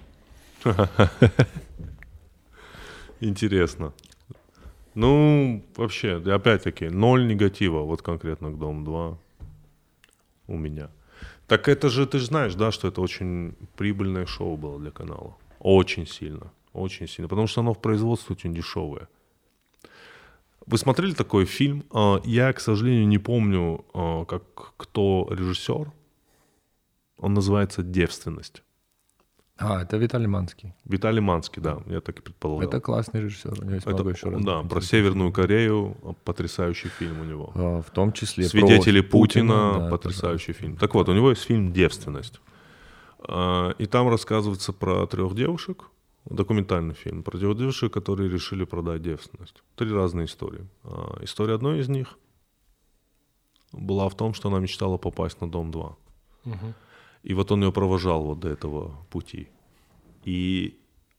Интересно. Вообще, опять-таки, 0 негатива, вот конкретно к «Дом-2» у меня. Так это же, ты же знаешь, да, что это очень прибыльное шоу было для канала. Очень сильно, потому что оно в производстве очень дешевое. Вы смотрели такой фильм? Я, к сожалению, не помню, кто режиссер. Он называется «Девственность». Это Виталий Манский. Виталий Манский, да, я так и предполагал. Это классный режиссер, у него есть много еще раз. Да, про Северную Корею, потрясающий фильм у него. В том числе «Свидетели Путина», потрясающий фильм. Так вот, у него есть фильм «Девственность». И там рассказывается про 3 девушек, документальный фильм, про 3 девушек, которые решили продать девственность. 3 разные истории. История одной из них была в том, что она мечтала попасть на «Дом-2». Угу. И вот он ее провожал вот до этого пути. И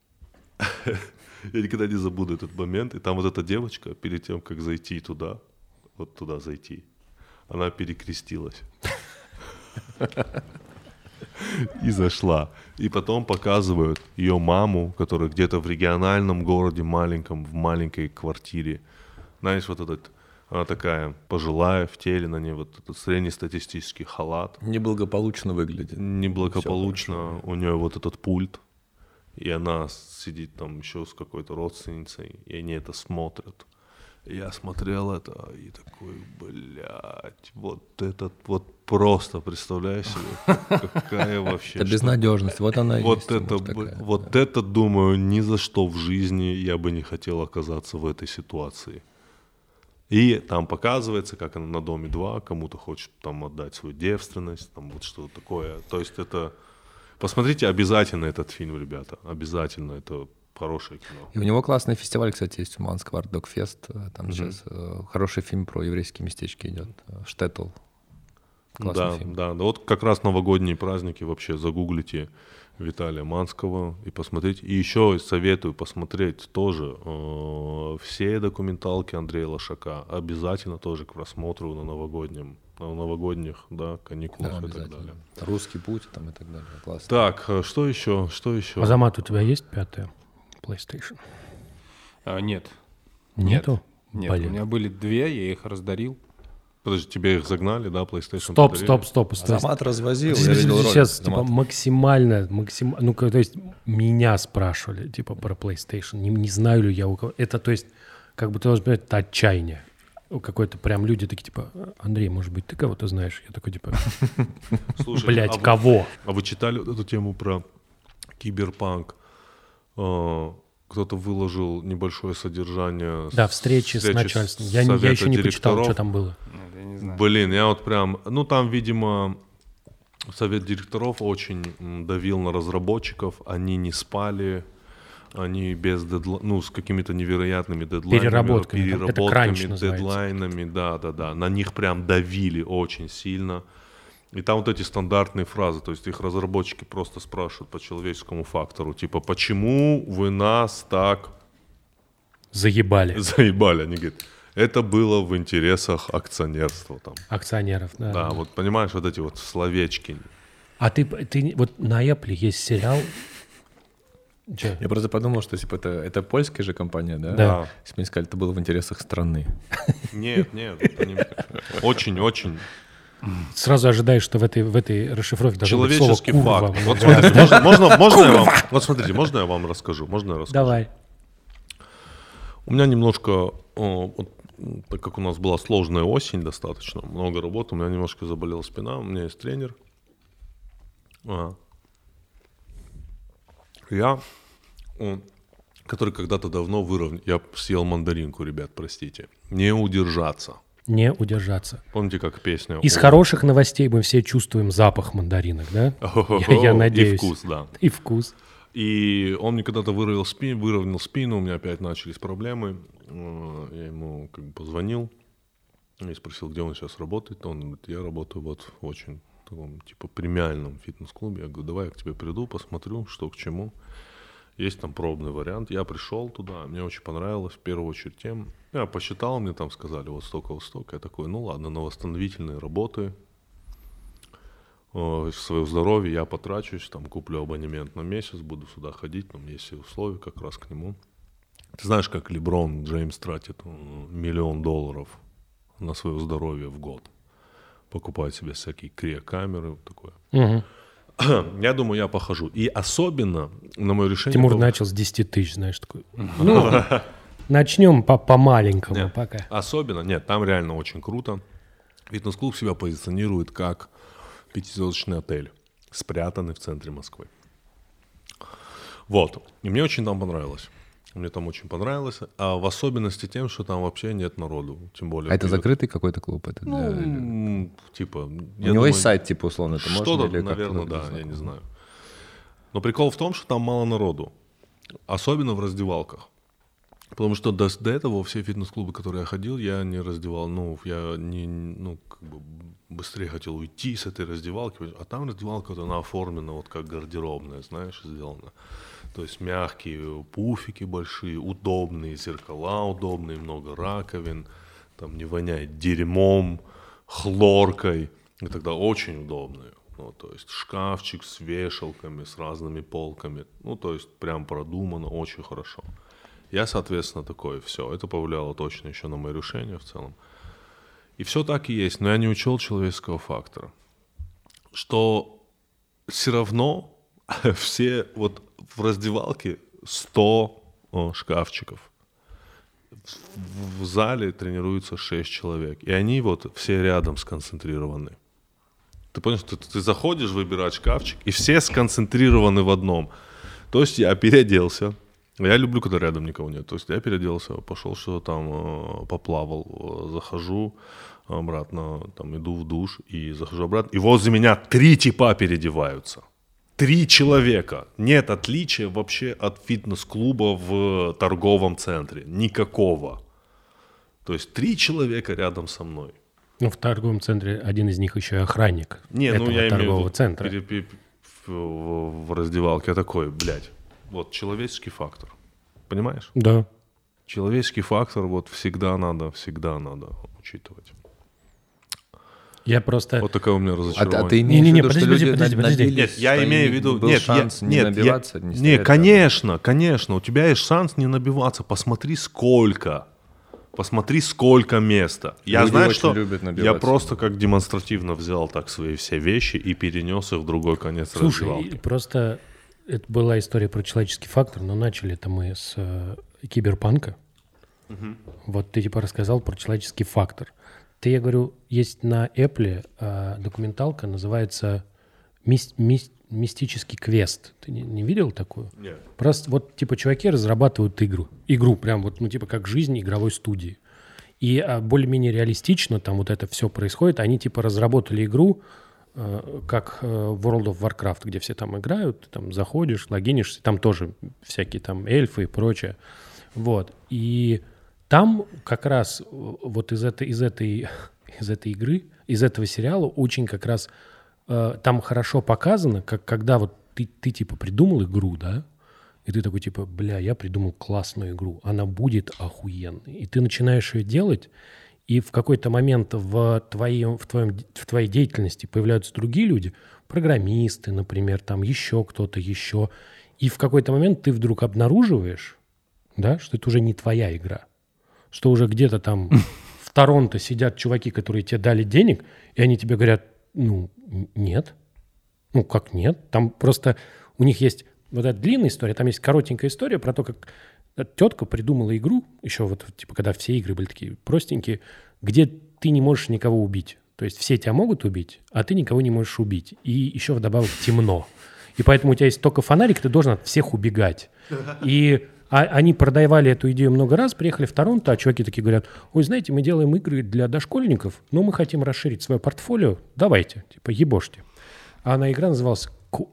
я никогда не забуду этот момент. И там вот эта девочка, перед тем, как зайти туда, вот туда зайти, она перекрестилась. И зашла. И потом показывают ее маму, которая где-то в региональном городе маленьком, в маленькой квартире. Знаешь, вот этот... Она такая пожилая, в теле, на ней вот этот среднестатистический халат. Неблагополучно выглядит. Неблагополучно. У нее вот этот пульт. И она сидит там еще с какой-то родственницей, и они это смотрят. И я смотрел это и такой, блядь, вот этот вот просто, представляешь себе, какая вообще... Это безнадежность, вот она и есть. Вот это, думаю, ни за что в жизни я бы не хотел оказаться в этой ситуации. И там показывается, как она на «Доме-2», кому-то хочет там отдать свою девственность, там вот что-то такое. То есть это... Посмотрите обязательно этот фильм, ребята, обязательно, это хорошее кино. И у него классный фестиваль, кстати, есть в Уманск, Артдок-фест, там сейчас хороший фильм про еврейские местечки идет, «Штеттл». Классный фильм. Да, вот как раз новогодние праздники, вообще загуглите Виталия Манского и посмотреть. И еще советую посмотреть тоже все документалки Андрея Лошака. Обязательно тоже к просмотру на новогодних, да, каникулах, да, и так далее. «Русский путь» там и так далее. Классно. Так, что еще? Азамат, у тебя есть 5-я PlayStation? Нет. Нету? Нет, у меня были 2, я их раздарил. Подожди, тебе их загнали, да, PlayStation? Стоп. Азамат развозил, я видел ролик. Сейчас, типа, максимально, ну, то есть, меня спрашивали, типа, про PlayStation. Не знаю ли я у кого. Это, то есть, как бы ты должен понимать, это отчаяние. Какой-то прям люди такие, типа, Андрей, может быть, ты кого-то знаешь? Я такой, типа, блядь, кого? А вы читали вот эту тему про киберпанк? Кто-то выложил небольшое содержание. Да, встречи с начальством. Я еще не почитал, что там было. Блин, я вот прям... Ну, там, видимо, совет директоров очень давил на разработчиков. Они не спали, они без дедлайнов, ну, с какими-то невероятными дедлайнами. Переработками, дедлайнами, да. На них прям давили очень сильно. И там вот эти стандартные фразы, то есть их разработчики просто спрашивают по человеческому фактору, типа, почему вы нас так... Заебали. Они говорят, это было в интересах акционерства. Там. Акционеров, да. Да, вот понимаешь, вот эти вот словечки. А ты вот на Apple есть сериал... Че? Я просто подумал, что типа, это польская же компания, да? Да. Если мне сказали, это было в интересах страны. Нет, очень-очень... Сразу ожидаешь, что в этой расшифровке должно быть слово человеческий «курва». факт. Вот смотрите, можно я вам... Вот смотрите, можно я вам расскажу? Давай. У меня немножко, так как у нас была сложная осень достаточно, много работы, у меня немножко заболела спина, у меня есть тренер. Который когда-то давно выровнял... Я съел мандаринку, ребят, простите. Не удержаться. Помните, как песня? Из хороших новостей мы все чувствуем запах мандаринок, да? Я надеюсь. И вкус, да. И вкус. И он мне когда-то выровнял спину, у меня опять начались проблемы. Я ему как бы позвонил и спросил, где он сейчас работает. Он говорит, я работаю вот в очень таком типа премиальном фитнес-клубе. Я говорю, давай я к тебе приду, посмотрю, что к чему. Есть там пробный вариант. Я пришел туда, мне очень понравилось, в первую очередь тем. Я посчитал, мне там сказали, вот столько. Я такой, ну ладно, на восстановительные работы, в свое здоровье я потрачусь, там куплю абонемент на месяц, буду сюда ходить, там есть все условия как раз к нему. Ты знаешь, как Леброн Джеймс тратит $1 миллион на свое здоровье в год. Покупает себе всякие криокамеры, вот такое. Угу. Я думаю, я похожу. И особенно на мое решение... Тимур начал с 10 тысяч, знаешь, такой. Ну, начнем по-маленькому пока. Особенно, нет, там реально очень круто. Фитнес-клуб себя позиционирует как 5-звездочный отель, спрятанный в центре Москвы. Вот. И мне очень там понравилось. А в особенности тем, что там вообще нет народу. Тем более. А это закрытый какой-то клуб? Это типа... У него есть сайт, типа, условно, это можно? Что-то, наверное, да, я не знаю. Но прикол в том, что там мало народу. Особенно в раздевалках. Потому что до этого все фитнес-клубы, в которые я ходил, я не раздевал. Как бы быстрее хотел уйти с этой раздевалки. А там раздевалка, вот она оформлена вот как гардеробная, знаешь, сделана. То есть мягкие пуфики большие, удобные зеркала удобные, много раковин, там не воняет дерьмом, хлоркой, и тогда очень удобные. Ну, то есть шкафчик с вешалками, с разными полками, ну, то есть прям продумано, очень хорошо. Я, соответственно, такой, все, это повлияло точно еще на мое решение в целом. И все так и есть, но я не учел человеческого фактора, что все равно все вот в раздевалке 100 шкафчиков. В зале тренируются 6 человек. И они вот все рядом сконцентрированы. Ты понял, что ты заходишь выбирать шкафчик, и все сконцентрированы в одном. То есть я переоделся. Я люблю, когда рядом никого нет. То есть я переоделся, пошел что-то там, поплавал, захожу обратно, там иду в душ и захожу обратно. И возле меня 3 типа переодеваются. 3 человека. Нет отличия вообще от фитнес-клуба в торговом центре. Никакого. То есть 3 человека рядом со мной. Ну, в торговом центре один из них еще и охранник я торгового центра. В раздевалке я такой, блядь, вот человеческий фактор. Понимаешь? Да. Человеческий фактор вот всегда надо учитывать. Я просто... Вот такое у меня разочарование. А ты имеешь в виду, что люди подожди. Нет, я имею в виду... Был шанс не набиваться? Нет, конечно. У тебя есть шанс не набиваться. Посмотри, сколько. посмотри, сколько места. Я Люди знаю, очень что любят я набиваться. просто как демонстративно взял так свои все вещи и перенес их в другой конец раздевалки. Слушай, просто это была история про человеческий фактор, но начали это мы с киберпанка. Вот ты типа рассказал про человеческий фактор. Я говорю, есть на Apple документалка, называется «Мистический квест». Ты не видел такую? Нет. Просто вот типа чуваки разрабатывают игру прям вот, ну типа как жизнь игровой студии. И более-менее реалистично там вот это все происходит. Они типа разработали игру, как World of Warcraft, где все там играют, ты там заходишь, логинишься, там тоже всякие там эльфы и прочее. Вот. И там как раз вот из этой игры, из этого сериала очень как раз там хорошо показано, как когда вот ты типа придумал игру, да, и ты такой типа, бля, я придумал классную игру, она будет охуенной. И ты начинаешь ее делать, и в какой-то момент в твоей деятельности появляются другие люди, программисты, например, там еще кто-то еще. И в какой-то момент ты вдруг обнаруживаешь, да, что это уже не твоя игра. Что уже где-то там в Торонто сидят чуваки, которые тебе дали денег, и они тебе говорят, ну, нет. Ну, как нет? Там просто у них есть вот эта длинная история, там есть коротенькая история про то, как тетка придумала игру, еще вот, типа, когда все игры были такие простенькие, где ты не можешь никого убить. То есть все тебя могут убить, а ты никого не можешь убить. И еще вдобавок темно. И поэтому у тебя есть только фонарик, ты должен от всех убегать. И они продавали эту идею много раз, приехали в Торонто, а чуваки такие говорят, ой, знаете, мы делаем игры для дошкольников, но мы хотим расширить свое портфолио, давайте, типа, ебошьте. А она игра называлась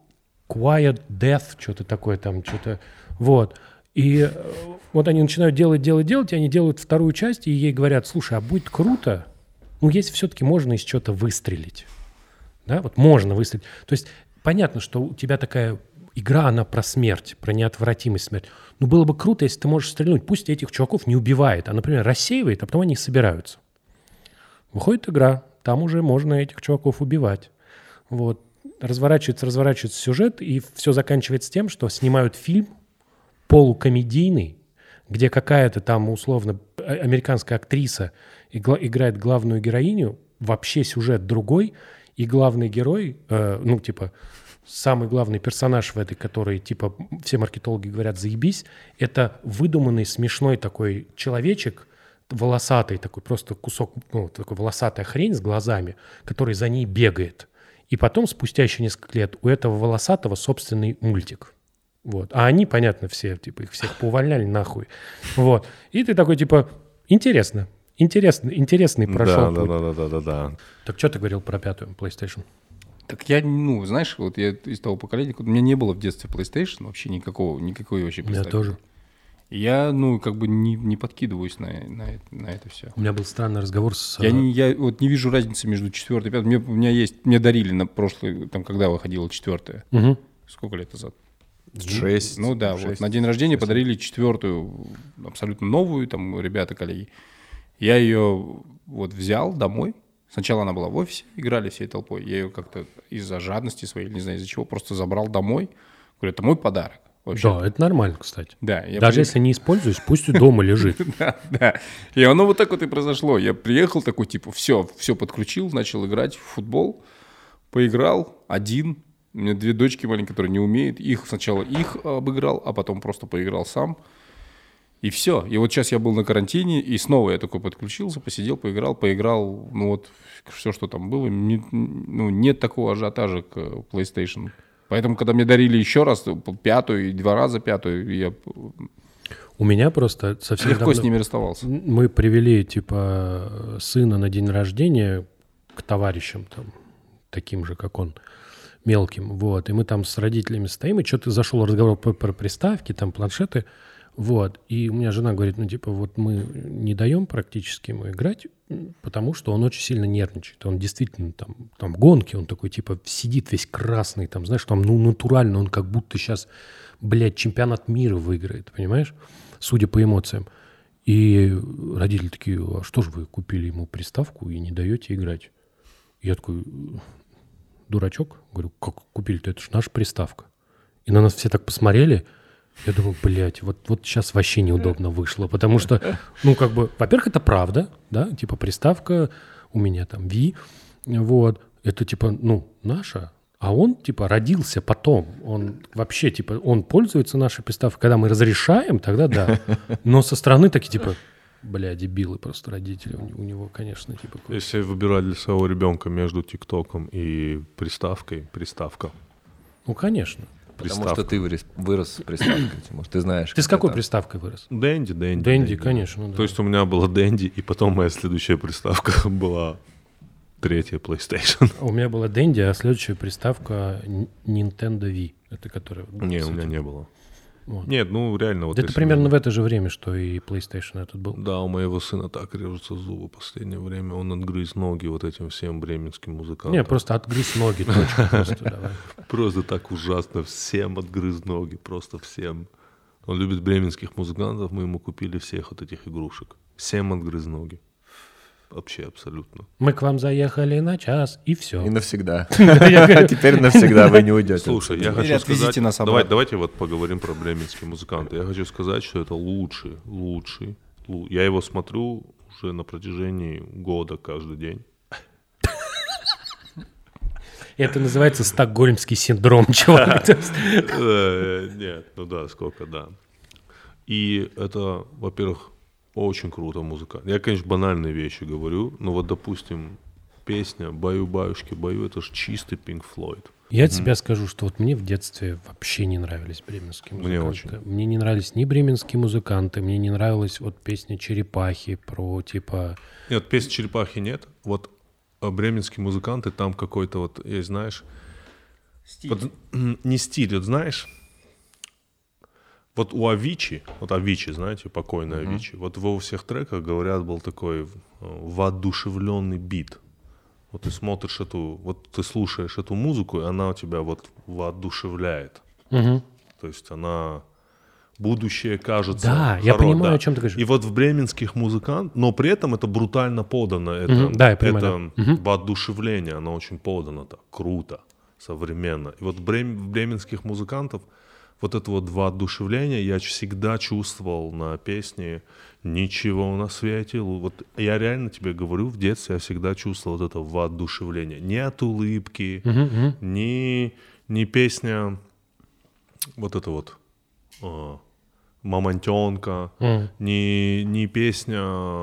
Quiet Death, что-то такое там, что-то, вот. И вот они начинают делать, и они делают вторую часть, и ей говорят, слушай, а будет круто, ну, если все-таки можно из чего-то выстрелить, да, вот можно выстрелить. То есть понятно, что у тебя такая игра, она про смерть, про неотвратимость смерти. Но было бы круто, если ты можешь стрельнуть. Пусть этих чуваков не убивает, а, например, рассеивает, а потом они собираются. Выходит игра, там уже можно этих чуваков убивать. Вот. Разворачивается сюжет, и все заканчивается тем, что снимают фильм полукомедийный, где какая-то там, условно, американская актриса играет главную героиню, вообще сюжет другой, и главный герой, ну, типа, самый главный персонаж в этой, который, типа, все маркетологи говорят, заебись, это выдуманный смешной такой человечек, волосатый такой, просто кусок, ну, такой волосатая хрень с глазами, который за ней бегает. И потом, спустя еще несколько лет, у этого волосатого собственный мультик. Вот. А они, понятно, все, типа, их всех поувольняли нахуй. Вот. И ты такой, типа, интересный прошел путь. Да. Так что ты говорил про пятую PlayStation? Так я, ну, знаешь, вот я из того поколения, у меня не было в детстве PlayStation, вообще никакой вообще У меня приставки. тоже. Я, ну, как бы не подкидываюсь на это все. У меня был странный разговор с... Я вот не вижу разницы между 4 и 5. Мне дарили на прошлый, там, когда выходила 4. Угу. Сколько лет назад? 6. Ну да, 6, вот на день рождения подарили 4, абсолютно новую, там, ребята, коллеги. Я ее вот взял домой. Сначала она была в офисе, играли всей толпой. Я ее как-то из-за жадности своей, не знаю из-за чего, просто забрал домой. Говорю, это мой подарок. Да, это нормально, кстати. Да, даже если не используешь, пусть дома лежит. Да. И оно вот так вот и произошло. Я приехал такой, типа, все подключил, начал играть в футбол, поиграл один. У меня 2 дочки маленькие, которые не умеют. Сначала их обыграл, а потом просто поиграл сам. И все. И вот сейчас я был на карантине, и снова я такой подключился, посидел, поиграл. Ну вот все, что там было. Нет такого ажиотажа к PlayStation. Поэтому, когда мне дарили еще раз 5-ю и 2 раза 5-ю, я... У меня просто совсем легко с ними расставался. Мы привели, типа, сына на день рождения к товарищам, там, таким же, как он, мелким, вот. И мы там с родителями стоим, и что-то зашел разговор про приставки, там, планшеты, вот. И у меня жена говорит, ну, типа, вот мы не даем практически ему играть, потому что он очень сильно нервничает. Он действительно там гонки, он такой, типа, сидит весь красный, там, знаешь, там, ну, натурально, он как будто сейчас, блядь, чемпионат мира выиграет, понимаешь? Судя по эмоциям. И родители такие, а что же вы купили ему приставку и не даете играть? Я такой, дурачок, говорю, как купили-то, это же наша приставка. И на нас все так посмотрели, Я думаю, блядь, вот сейчас вообще неудобно вышло, потому что, ну, как бы, во-первых, это правда, да, типа приставка у меня там Ви, вот, это типа, ну, наша, а он типа родился потом, он вообще типа, он пользуется нашей приставкой, когда мы разрешаем, тогда да, но со стороны такие типа, бля, дебилы просто родители, у него, конечно, типа... Если выбирать для своего ребенка между ТикТоком и приставкой, приставка. Ну, конечно. Потому что ты вырос с приставкой, Тимур, ты знаешь. Ты с какой приставкой вырос? Дэнди, конечно. Да. То есть у меня была Дэнди, и потом моя следующая приставка была третья PlayStation. У меня была Дэнди, а следующая приставка Nintendo Wii. Это которая... Не, у меня не было. Вот. Нет, ну реально. Вот это примерно в это же время, что и PlayStation этот был. Да, у моего сына так режутся зубы в последнее время. Он отгрыз ноги вот этим всем бременским музыкантам. Не, просто отгрыз ноги, точно. Просто, давай. Просто так ужасно. Всем отгрыз ноги, просто всем. Он любит бременских музыкантов, мы ему купили всех вот этих игрушек. Всем отгрыз ноги. Вообще абсолютно. Мы к вам заехали на час, и все. И навсегда. Теперь навсегда вы не уйдете. Слушай, я хочу сказать... Давайте вот поговорим про бременские музыканты. Я хочу сказать, что это лучший. Я его смотрю уже на протяжении года каждый день. Это называется стокгольмский синдром, чувак. Нет, ну да, сколько, да. И это, во-первых, очень круто музыка. Я, конечно, банальные вещи говорю, но вот, допустим, песня «Баю-баюшки, баю» — это же чистый Pink Floyd. Я тебе скажу, что вот мне в детстве вообще не нравились бременские музыканты. Мне очень. Мне не нравились ни бременские музыканты, мне не нравилась вот песня «Черепахи» про типа... Нет, песни «Черепахи» нет. Вот бременские музыканты, там какой-то вот, есть, знаешь... Стиль. Вот, не стиль, вот знаешь... Вот у Авичи, знаете, покойный Авичи, вот во всех треках, говорят, был такой воодушевленный бит. Вот ты смотришь вот ты слушаешь эту музыку, и она у тебя вот воодушевляет. То есть она... Будущее кажется... Да, я понимаю, о чем ты говоришь. И вот в бременских музыкантах, но при этом это брутально подано. Да, я понимаю. Это воодушевление, оно очень подано так, круто, современно. И вот в бременских музыкантов вот это вот воодушевление я всегда чувствовал на песне «Ничего на свете». Вот я реально тебе говорю, в детстве я всегда чувствовал вот это воодушевление. Не от улыбки, не песня вот это вот «Мамонтенка», не песня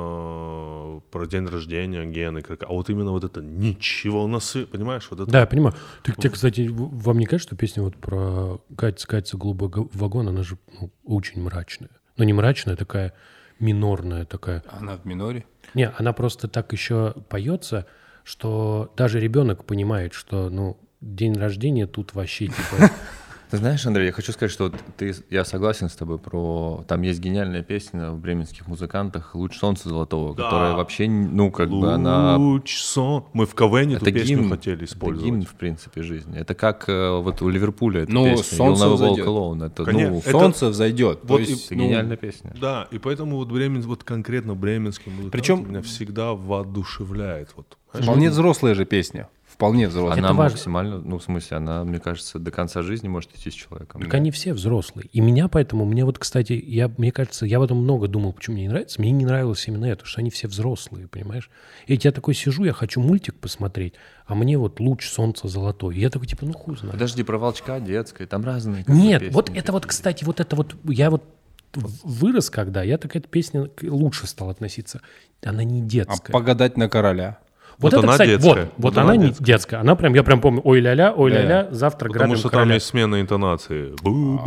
про день рождения Гены, а вот именно вот это «Ничего на свете», понимаешь? Вот это. Да, я понимаю. Тебе, кстати, вам не кажется, что песня вот про «Катится голубой вагон», она же очень мрачная? Ну, не мрачная, такая минорная такая. Она в миноре? Не, она просто так еще поется, что даже ребенок понимает, что, ну, день рождения тут вообще типа... Ты знаешь, Андрей, я хочу сказать, что я согласен с тобой там есть гениальная песня в бременских музыкантах «Луч солнца золотого», да. Которая вообще, ну, как бы она... Луч солнца. Мы в КВН эту песню хотели использовать. Это гимн, в принципе, жизни. Это как вот у Ливерпуля эта песня «Солнце взойдет». Солнце взойдет. Вот это гениальная песня. Да, и поэтому вот конкретно бременские музыканты меня всегда воодушевляет. Вот. Вполне взрослая же песня. Вполне взрослая. Она максимально, ну, в смысле, она, мне кажется, до конца жизни может идти с человеком. Так они все взрослые. И меня поэтому, мне вот, кстати, мне кажется, я в этом много думал, почему мне не нравится. Мне не нравилось именно это, что они все взрослые, понимаешь? И я такой сижу, я хочу мультик посмотреть, а мне вот «Луч солнца золотой». И я такой, типа, ну хуй знает. Подожди, про волчка детская, там разные. Нет, песни, вот это вот, кстати, вот это вот, я вот вырос когда, я такая песня лучше стала относиться. Она не детская. А «Погадать на короля». Вот это, кстати, детская. Вот она не детская. Она прям, я прям помню, ой ля-ля, завтра грабим короля. Потому что короля. Там есть смена интонации.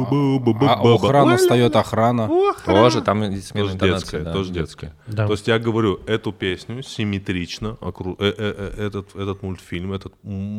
А охрана встает охрана. Тоже там есть смена интонации. Тоже детская. То есть я говорю, эту песню симметрично, этот мультфильм, этот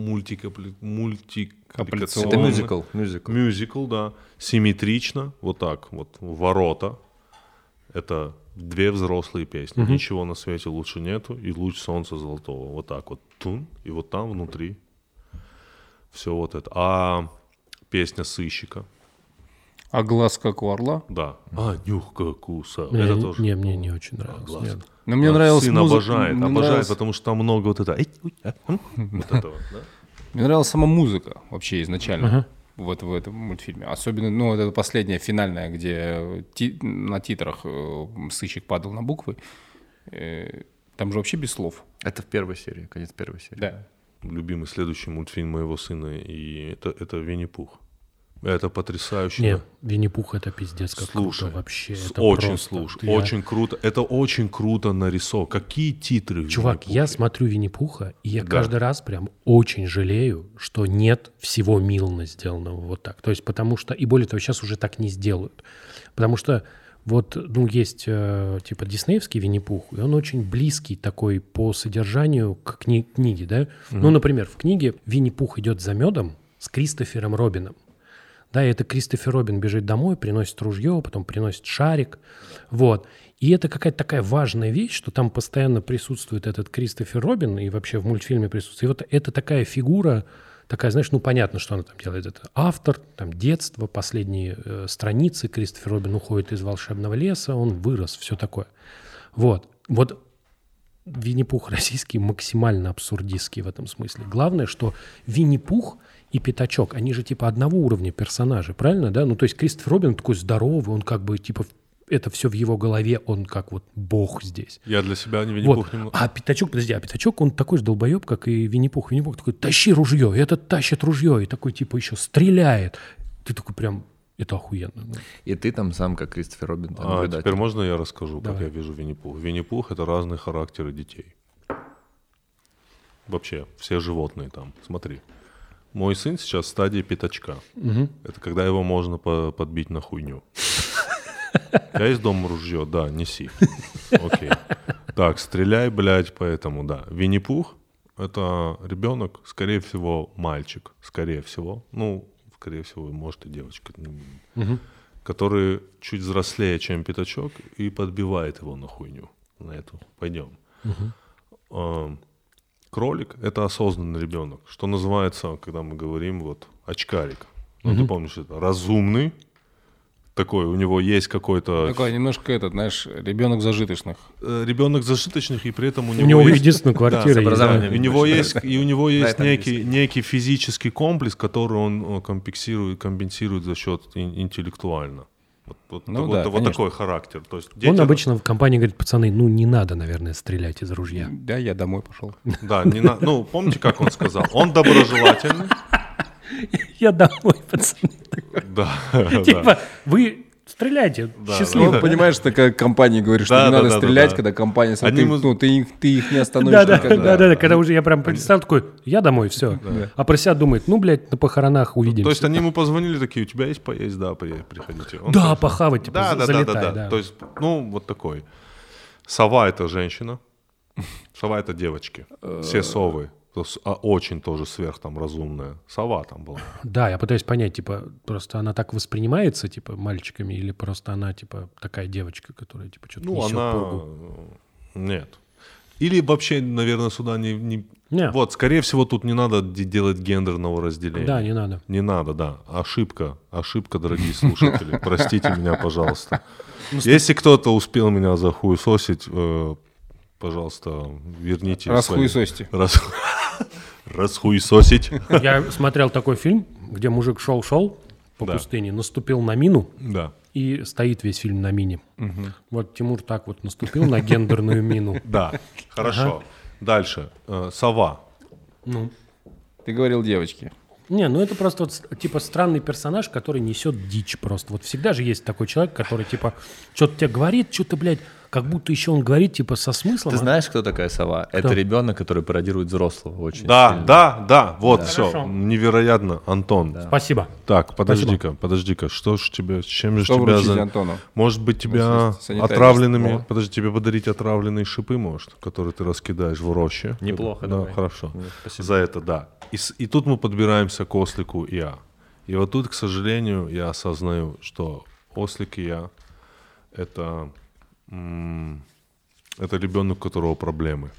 Это мюзикл, да. Симметрично, вот так, вот ворота. Это 2 взрослые песни. Ничего на свете лучше нету. И «Луч солнца золотого». Вот так вот. Тун, и вот там внутри все вот это. А песня «Сыщика». А глаз как у орла? Да. А нюх как у са. Это тоже. Не, мне не очень нравилось. Но мне нравилась музыка. Сын обожает, потому что там много вот этого. Вот этого, да? Мне нравилась сама музыка вообще изначально. вот в этом мультфильме. Особенно, ну, вот это последняя, финальная, где на титрах сыщик падал на буквы. Там же вообще без слов. Это в первой серии, конец первой серии. Да. Любимый следующий мультфильм моего сына, и это «Винни-Пух». Это потрясающе. Не, Винни-Пух это пиздец, как слушай, круто вообще. Это очень просто, слушай, очень круто. Это очень круто нарисовано. Какие титры в Чувак, Винни-Пухе? я смотрю Винни-Пуха, и я каждый раз прям очень жалею, что нет всего Милна сделанного вот так. То есть потому что, и более того, сейчас уже так не сделают. Потому что вот, ну, есть типа диснеевский Винни-Пух, и он очень близкий такой по содержанию к книге, да? Ну, например, в книге Винни-Пух идет за медом с Кристофером Робином. Да, и это Кристофер Робин бежит домой, приносит ружье, потом приносит шарик. Вот. И это какая-то такая важная вещь, что там постоянно присутствует этот Кристофер Робин, и вообще в мультфильме присутствует. И вот это такая фигура, такая, знаешь, ну, понятно, что она там делает. Это автор, там, детство, последние страницы. Кристофер Робин уходит из волшебного леса, он вырос, все такое. Вот. Вот Винни-Пух российский максимально абсурдистский в этом смысле. Главное, что Винни-Пух и Пятачок, они же типа одного уровня персонажей, правильно, да? Ну, то есть Кристофер Робин такой здоровый, он как бы типа, это все в его голове, он как вот бог здесь. Я для себя не Винни-Пух Вот. немного. А Пятачок, подожди, а Пятачок, он такой же долбоеб, как и Винни-Пух. Винни-Пух такой, тащи ружье, и этот тащит ружье, и такой типа еще стреляет. Ты такой прям, это охуенно. И ты там сам, как Кристофер Робин, наблюдатель. Теперь можно я расскажу, Давай. как я вижу Винни-Пух? Винни-Пух — это разные характеры детей. Вообще, все животные там. Смотри. Мой сын сейчас в стадии пятачка. Это когда его можно подбить на хуйню. У тебя есть дома ружье? Да, неси. Окей. Так, стреляй, блядь, поэтому, да. Винни-Пух — это ребенок, скорее всего, мальчик. Скорее всего. Ну, скорее всего, может и девочка. Который чуть взрослее, чем пятачок, и подбивает его на хуйню. На эту. Пойдем. Кролик — это осознанный ребенок. Что называется, когда мы говорим, вот, очкарик. Ну, ты помнишь это? Разумный. Такой, у него есть какой-то... Такой немножко этот, знаешь, ребенок зажиточных. Ребенок зажиточных, и при этом У него есть... единственная квартира есть. Да, у него есть На этом некий физический комплекс, который он компенсирует за счет интеллектуально. Вот такой характер. То есть Он обычно в компании говорит, пацаны, ну не надо, наверное, стрелять из ружья. Да, я домой пошел. Да, не надо. Ну, помните, как он сказал? Он доброжелательный. Я домой, пацаны. Да. Типа, вы стреляйте, счастливо. Ну, понимаешь, такая компания говорит, что не надо стрелять, когда компания... Ты их не остановишь. Да, когда уже я прям представил, такой, я домой, все. А про себя думает, ну, блядь, на похоронах увидимся. То есть они ему позвонили такие, у тебя есть поесть? Да, приходите. Да, похавать, типа, залетай. Да. То есть, ну, вот такой. Сова — это женщина, сова — это девочки. Все совы. Очень тоже сверх там разумная. Сова там была. Да, я пытаюсь понять, типа, просто она так воспринимается, типа, мальчиками, или просто она, типа, такая девочка, которая, типа, что-то несет пургу? Нет. Или вообще, наверное, сюда не... Вот, скорее всего, тут не надо делать гендерного разделения. Да, не надо. Не надо, да. Ошибка, дорогие слушатели. Простите меня, пожалуйста. Если кто-то успел меня захуесосить, пожалуйста, верните... Расхуесосьте. Расхуесосить. Я смотрел такой фильм, где мужик шел по пустыне, наступил на мину и стоит весь фильм на мине. Вот Тимур так вот наступил на гендерную мину. Да, хорошо. Дальше. Сова. Ну. Ты говорил девочки. Не, ну это просто вот, типа, странный персонаж, который несет дичь просто. Вот всегда же есть такой человек, который, типа, что-то тебе говорит, что-то, блядь, как будто еще он говорит, типа, со смыслом. Ты знаешь, кто такая сова? Кто? Это ребенок, который пародирует взрослого очень да, сильно. Да, вот, Хорошо. все, невероятно, Антон. Да. Спасибо. Так, подожди-ка, что ж тебе, чем же тебя... Антону? Может быть, тебя отравленными... Подожди, тебе подарить отравленные шипы, может, которые ты раскидаешь в роще? Неплохо, да, давай. Хорошо. Нет, спасибо. За это, да. И тут мы подбираемся к ослику Я. И вот тут, к сожалению, я осознаю, что ослик Я — это ребенок, у которого проблемы.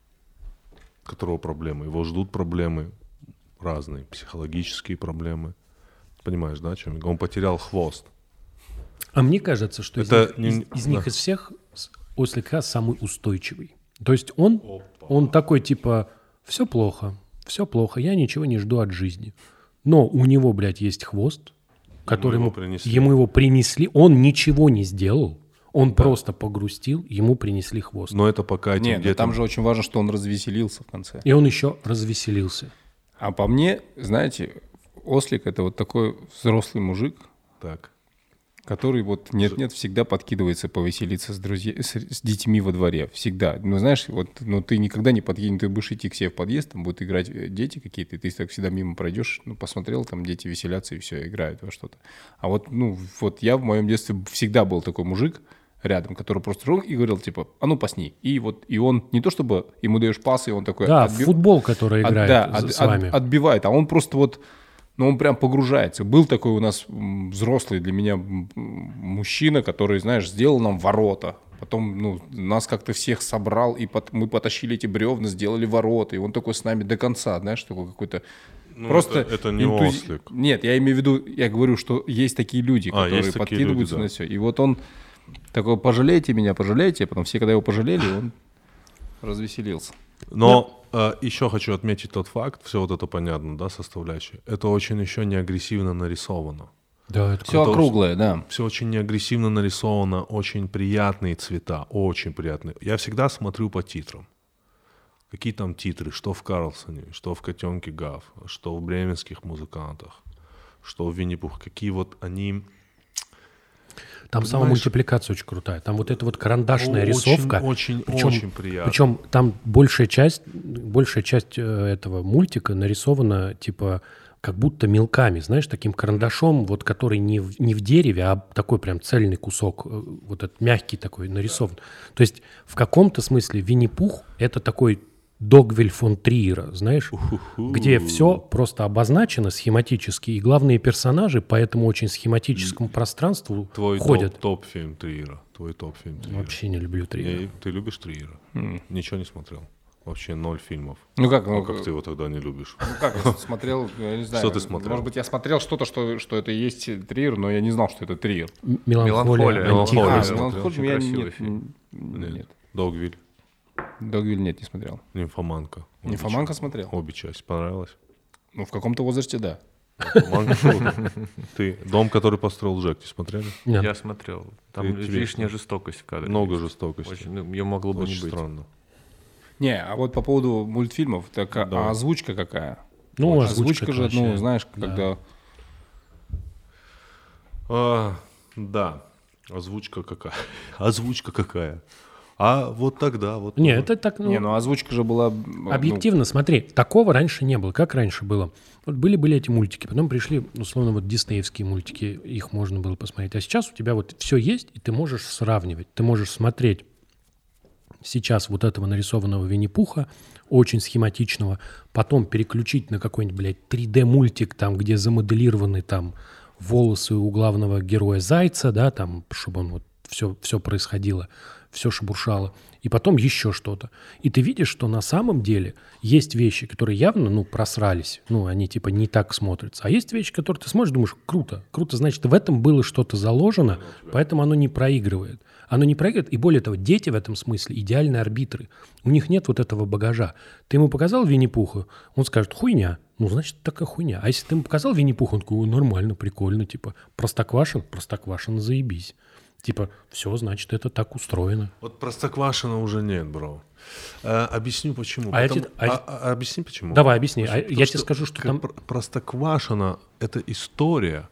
Его ждут проблемы разные, психологические проблемы. Понимаешь, да, о чем я? Он потерял хвост. А мне кажется, что Это из них из всех ослик Я самый устойчивый. То есть он такой, типа, все плохо, я ничего не жду от жизни. но у него, блядь, есть хвост, который ему его принесли. Он ничего не сделал. Он просто погрустил, ему принесли хвост. Но это пока этим Нет, там же очень важно, что он развеселился в конце. И он еще развеселился. А по мне, знаете, Ослик — это вот такой взрослый мужик, так. который вот нет-нет всегда подкидывается повеселиться с детьми во дворе. Всегда. Ну, знаешь, вот, ты никогда не подкинешь, ты будешь идти к себе в подъезд, там будут играть дети какие-то, и ты так всегда мимо пройдешь, посмотрел, там дети веселятся и все, играют во что-то. А вот, я в моем детстве всегда был такой мужик рядом, который просто рог и говорил, типа, а ну пасни. И он не то чтобы ему даешь пас, и он такой... Да, футбол, который играет с вами. Отбивает, а он просто вот... он прям погружается. Был такой у нас взрослый для меня мужчина, который, знаешь, сделал нам ворота. Потом, нас как-то всех собрал, и мы потащили эти бревна, сделали ворота. И он такой с нами до конца, знаешь, такой какой-то... просто это не Ослик. Нет, я имею в виду, я говорю, что есть такие люди, которые подкидываются на все. И вот он такой, пожалейте меня, пожалейте. Потом все, когда его пожалели, он развеселился. Но еще хочу отметить тот факт, все вот это понятно, да, составляющие. Это очень еще не агрессивно нарисовано. Да, это все округлое, да. Все очень неагрессивно нарисовано, очень приятные цвета, очень приятные. Я всегда смотрю по титрам. Какие там титры, что в Карлсоне, что в «Котенке Гав», что в «Бременских музыкантах», что в «Винни-Пух». Какие вот они... Там сама мультипликация очень крутая. Там вот эта вот карандашная рисовка. Очень приятно. Причем там большая часть этого мультика нарисована типа как будто мелками, знаешь, таким карандашом, вот который не в дереве, а такой прям цельный кусок, вот этот мягкий такой нарисован. То есть в каком-то смысле Винни-Пух — это такой Догвиль фон Триера, знаешь, где все просто обозначено схематически, и главные персонажи по этому очень схематическому пространству ходят. Твой топ-фильм Триера. Вообще не люблю Триера. Ты любишь Триера? Ничего не смотрел? Вообще 0 фильмов. Как ты его тогда не любишь? Я смотрел, я не знаю. Что ты смотрел? Может быть, я смотрел что-то, что это и есть Триер, но я не знал, что это Триер. Меланхолия. Меланхолия. Нет. Догвиль. Догвиль нет, не смотрел. Нимфоманка. Нимфоманка смотрел? Обе части. Понравилось? В каком-то возрасте, да. Нимфоманка круто. Ты «Дом, который построил Джек», ты смотрели? Нет. Я смотрел. Там лишняя жестокость в кадре. Много жестокости. Ее могло бы не быть. Странно. Не, а вот по поводу мультфильмов, так а озвучка какая? Озвучка же, знаешь, когда... Да, озвучка какая? А вот тогда вот. Не, это так. Озвучка же была. Объективно, смотри, такого раньше не было. Как раньше было? Вот были эти мультики, потом пришли, условно, вот диснеевские мультики, их можно было посмотреть. А сейчас у тебя вот все есть, и ты можешь сравнивать, ты можешь смотреть сейчас вот этого нарисованного Винни-Пуха, очень схематичного, потом переключить на какой-нибудь, блядь, 3D-мультик, там, где замоделированы там волосы у главного героя Зайца, да, там, чтобы он вот все происходило, все шебуршало, и потом еще что-то. И ты видишь, что на самом деле есть вещи, которые явно, просрались, они типа не так смотрятся, а есть вещи, которые ты смотришь, думаешь, круто, значит, в этом было что-то заложено, поэтому оно не проигрывает. Оно не проигрывает, и более того, дети в этом смысле идеальные арбитры. У них нет вот этого багажа. Ты ему показал Винни-Пуха, он скажет, хуйня. Значит, такая хуйня. А если ты ему показал Винни-Пуха, он такой, нормально, прикольно, типа, Простоквашино, заебись. Типа, все, значит, это так устроено. Вот Простоквашино уже нет, бро. Объясню почему. Объясни почему. Давай, объясни. Я тебе скажу, что там... Простоквашино — это история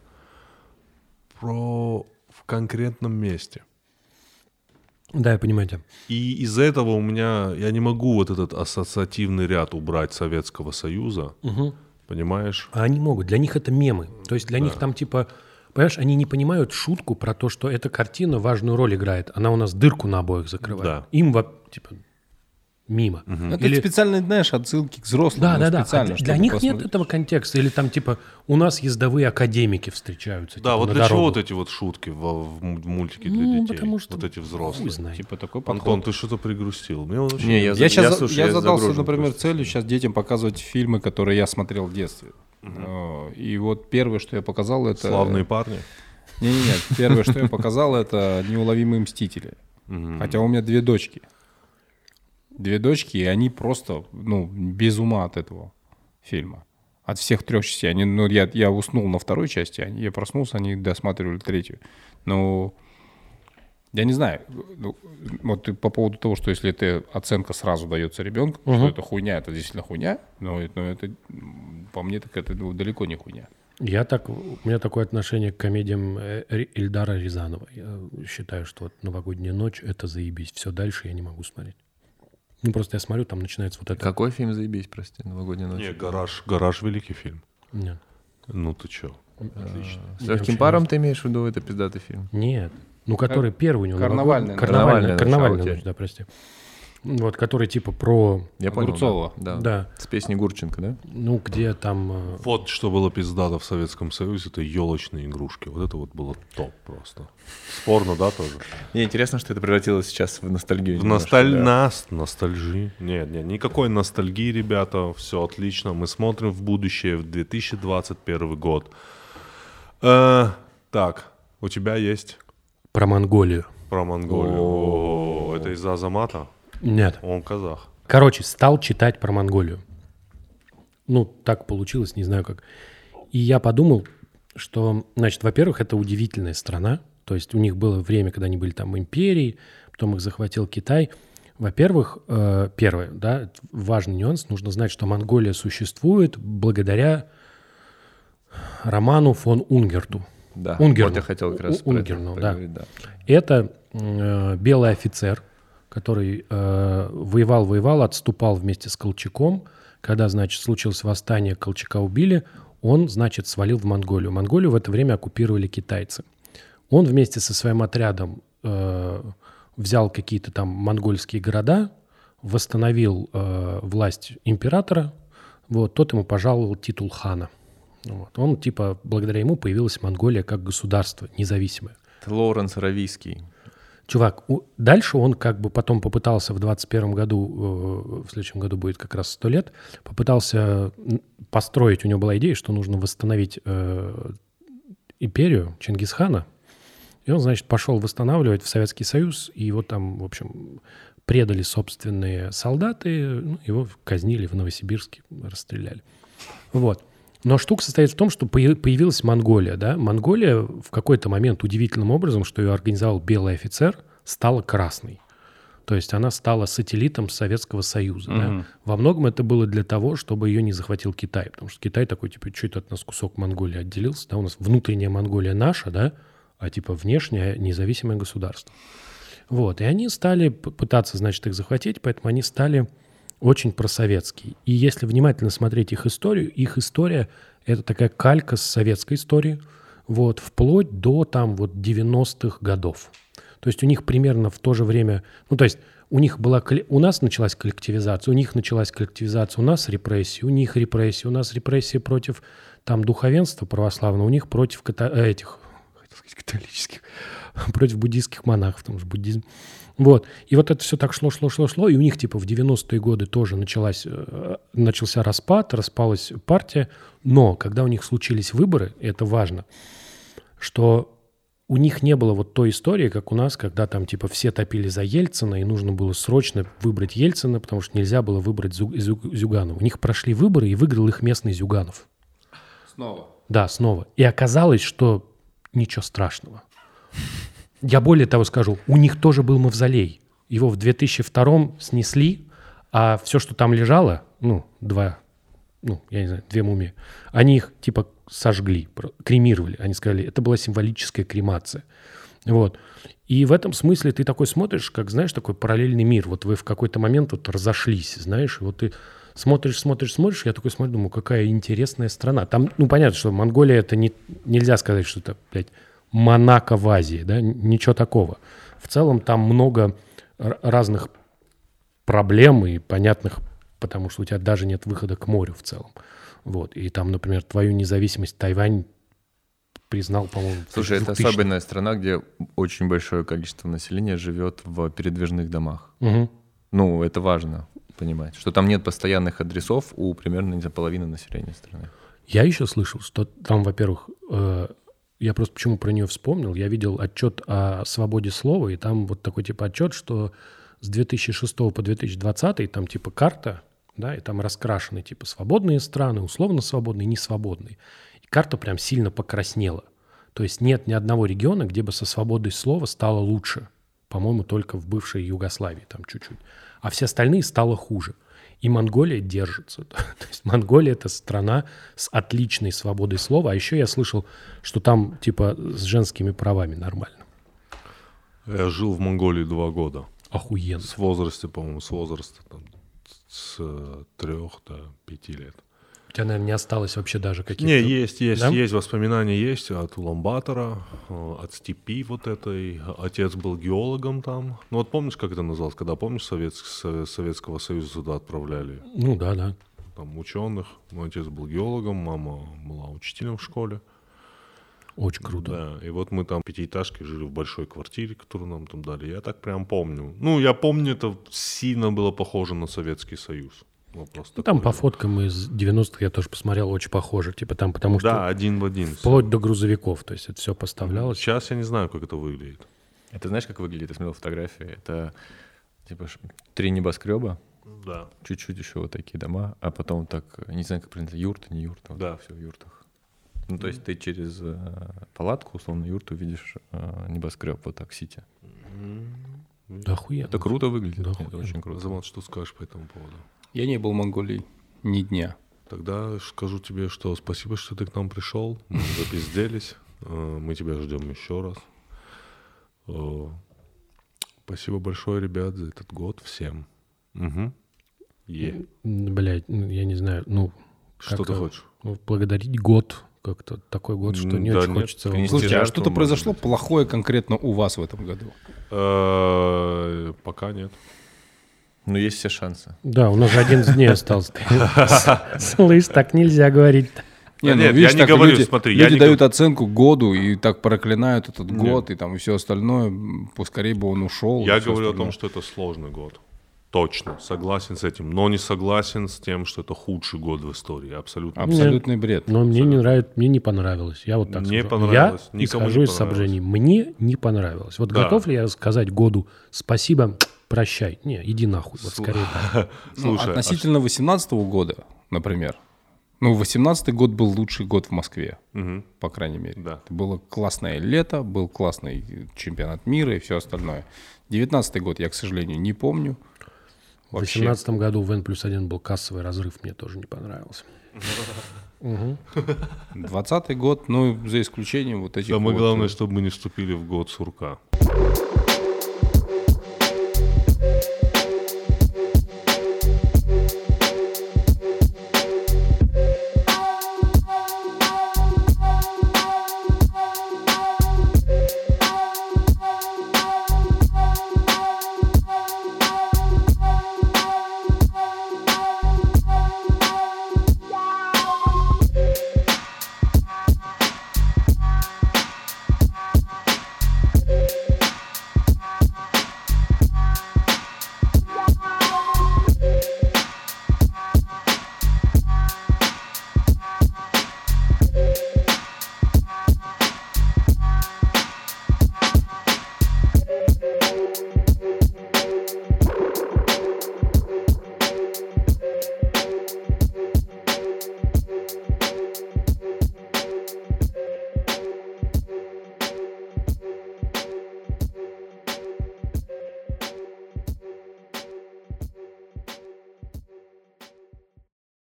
в конкретном месте. Да, я понимаю тебя. И из-за этого я не могу вот этот ассоциативный ряд убрать Советского Союза, понимаешь? А они могут, для них это мемы. То есть для них там типа, понимаешь, они не понимают шутку про то, что эта картина важную роль играет. Она у нас дырку на обоих закрывает. Да. Им типа мимо. Это специально, знаешь, отсылки к взрослым. Да. Для них нет этого контекста. Или там типа у нас ездовые академики встречаются. Да, типа, вот для чего вот эти вот шутки в мультике для детей? Потому что вот эти взрослые. Типа такой подход. Антон, ты что-то пригрустил. Я задался, например, целью сейчас детям показывать фильмы, которые я смотрел в детстве. И вот первое, что я показал, это... «Славные парни»? Нет. Первое, что я показал, это «Неуловимые мстители». Хотя у меня 2 дочки. 2 дочки, и они просто, без ума от этого фильма. От всех 3 частей. Я уснул на 2 части, я проснулся, они досматривали 3. Ну, я не знаю. Вот по поводу того, что если эта оценка сразу дается ребенку, что это хуйня, это действительно хуйня, но это по мне так это далеко не хуйня. У меня такое отношение к комедиям Эльдара Рязанова. Я считаю, что вот «Новогодняя ночь» — это заебись. Все дальше я не могу смотреть. Ну, просто я смотрю, там начинается вот это... Какой фильм заебись, прости, «Новогодняя ночь»? Не, «Гараж» великий фильм. Нет. Ну ты чё? Отлично. С легким паром ты имеешь в виду, это пиздатый фильм? Нет. Ну, который первый у него. Карнавальная ночь, да, прости. Вот, который типа про... Я понял, Огурцова. Да. С песней Гурченко, да? Ну, где там... Вот что было пиздато в Советском Союзе, это елочные игрушки. Вот это вот было топ просто. Спорно, да, тоже? Мне интересно, что это превратилось сейчас в ностальгию. В ностальжи. Нет, никакой ностальгии, ребята. Все отлично. Мы смотрим в будущее, в 2021 год. Так, у тебя есть... Про Монголию. Про Монголию. Это из-за Азамата? Нет. Он казах. Короче, стал читать про Монголию. Ну, так получилось, не знаю как. И я подумал, что, значит, во-первых, это удивительная страна. То есть у них было время, когда они были там империей, потом их захватил Китай. Во-первых, первое, да, важный нюанс, нужно знать, что Монголия существует благодаря Роману фон Унгерту. Да, Унгерну. вот я хотел как раз Унгерну, про это да. Это белый офицер, который воевал, отступал вместе с Колчаком. Когда, значит, случилось восстание, Колчака убили, он, значит, свалил в Монголию. Монголию в это время оккупировали китайцы. Он вместе со своим отрядом взял какие-то там монгольские города, восстановил власть императора, вот, тот ему пожаловал титул хана. Вот. Он, типа, благодаря ему появилась Монголия как государство независимое. Это Лоуренс Аравийский. Чувак, дальше он как бы потом попытался в 21 году, в следующем году будет как раз 100 лет, попытался построить, у него была идея, что нужно восстановить империю Чингисхана. И он, значит, пошел восстанавливать в Советский Союз, и его там, в общем, предали собственные солдаты, ну, его казнили в Новосибирске, расстреляли. Вот. Но штука состоит в том, что появилась Монголия. Да? Монголия в какой-то момент удивительным образом, что ее организовал белый офицер, стала красной. То есть она стала сателлитом Советского Союза. Да? Во многом это было для того, чтобы ее не захватил Китай. Потому что Китай такой, типа, что это от нас кусок Монголии отделился? Да? У нас внутренняя Монголия наша, да? А типа внешнее независимое государство. Вот. И они стали пытаться, значит, их захватить, поэтому они стали... очень просоветские. И если внимательно смотреть их история — это такая калька с советской истории, вот, вплоть до там вот 90-х годов. То есть у них примерно в то же время... Ну, то есть у нас началась коллективизация, у них началась коллективизация, у нас репрессии, у них репрессии, у нас репрессии против там духовенства православного, у них против католических, против буддийских монахов, там же буддизм. Вот. И вот это все так шло, и у них типа в 90-е годы тоже начался распад, распалась партия, но когда у них случились выборы, и это важно, что у них не было вот той истории, как у нас, когда там типа все топили за Ельцина, и нужно было срочно выбрать Ельцина, потому что нельзя было выбрать Зюганова. У них прошли выборы, и выиграл их местный Зюганов. Снова? Да, снова. И оказалось, что ничего страшного. Я более того скажу, у них тоже был мавзолей. Его в 2002-м снесли, а все, что там лежало, две мумии, они их типа сожгли, кремировали. Они сказали, это была символическая кремация. Вот. И в этом смысле ты такой смотришь, как, знаешь, такой параллельный мир. Вот вы в какой-то момент вот разошлись, знаешь, и вот ты смотришь, я такой смотрю, думаю, какая интересная страна. Там, понятно, что Монголия, это нельзя сказать, что это, Монако в Азии, да, ничего такого. В целом там много разных проблем и понятных, потому что у тебя даже нет выхода к морю в целом. Вот. И там, например, твою независимость Тайвань признал, по-моему, Слушай, это особенная страна, где очень большое количество населения живет в передвижных домах. Угу. Это важно понимать, что там нет постоянных адресов у примерно половины населения страны. Я еще слышал, что там, во-первых, я просто почему про нее вспомнил, я видел отчет о свободе слова, и там вот такой типа отчет, что с 2006 по 2020 там типа карта да, и там раскрашены типа свободные страны, условно свободные, несвободные. И карта прям сильно покраснела. То есть нет ни одного региона, где бы со свободой слова стало лучше. По-моему, только в бывшей Югославии там чуть-чуть. А все остальные стало хуже. И Монголия держится. То есть Монголия — это страна с отличной свободой слова. А еще я слышал, что там типа с женскими правами нормально. Я жил в Монголии 2 года. Охуенно. С возраста там, с 3 до 5 лет. У тебя, наверное, не осталось вообще даже каких-то... Не, есть, да? есть воспоминания, есть от Улан-Батора, от степи вот этой. Отец был геологом там. Ну вот помнишь, как это называлось? Когда, помнишь, Советского Союза туда отправляли? Ну да. Там ученых. Мой отец был геологом, мама была учителем в школе. Очень круто. Да, и вот мы там в 5-этажке жили в большой квартире, которую нам там дали. Я так прям помню. Ну, я помню, это сильно было похоже на Советский Союз. Ну, там по фоткам из 90-х я тоже посмотрел, очень похоже. Типа там, потому что... Да, один в один. Вплоть до грузовиков. То есть это все поставлялось. Сейчас я не знаю, как это выглядит. Это знаешь, как выглядит? Я смотрел фотографии. Это типа 3 небоскреба. Да. Чуть-чуть еще вот такие дома. А потом так, не знаю, как принято, юрта, не юрта. Да. Вот все в юртах. Ну, то есть ты через палатку, условно, юрту видишь небоскреб вот так, сити. Да охуенно. Это круто выглядит. Да, это очень круто. Замат, что скажешь по этому поводу? Я не был в Монголии ни дня. Тогда скажу тебе, что спасибо, что ты к нам пришел. Мы запизделись. Мы тебя ждем еще раз. Спасибо большое, ребят, за этот год всем. Угу. Блядь, я не знаю, ну... Что ты хочешь? Благодарить год. Как-то такой год, что не очень хочется... Слушайте, а что-то произошло плохое конкретно у вас в этом году? Пока нет. Но есть все шансы. Да, у нас же 11 дней осталось. Слышь, так нельзя говорить. Не, ну, нет, видишь, я не так говорю, люди, смотри, люди дают оценку году и так проклинают этот год Нет. и там и все остальное. Поскорее бы он ушел. Я говорю о том, что это сложный год. Точно, согласен с этим, но не согласен с тем, что это худший год в истории. Абсолютно. Абсолютный бред. Но мне не нравится, мне не понравилось. Я вот так Мне скажу. понравилось, Я никому исхожу не из соображений. Мне не понравилось. Вот Да. готов ли я сказать году спасибо, прощай? Не, иди нахуй. Вот скорее так. Слушай, Относительно 2018 года, например. Ну, 2018 год был лучший год в Москве, по крайней мере. Да. Это было классное лето, был классный чемпионат мира и все остальное. 2019 год я, к сожалению, не помню. В 2018 году в N+1 был кассовый разрыв, мне тоже не понравился. 2020 год, ну, за исключением вот этих Самое вот... главное, чтобы мы не вступили в год сурка.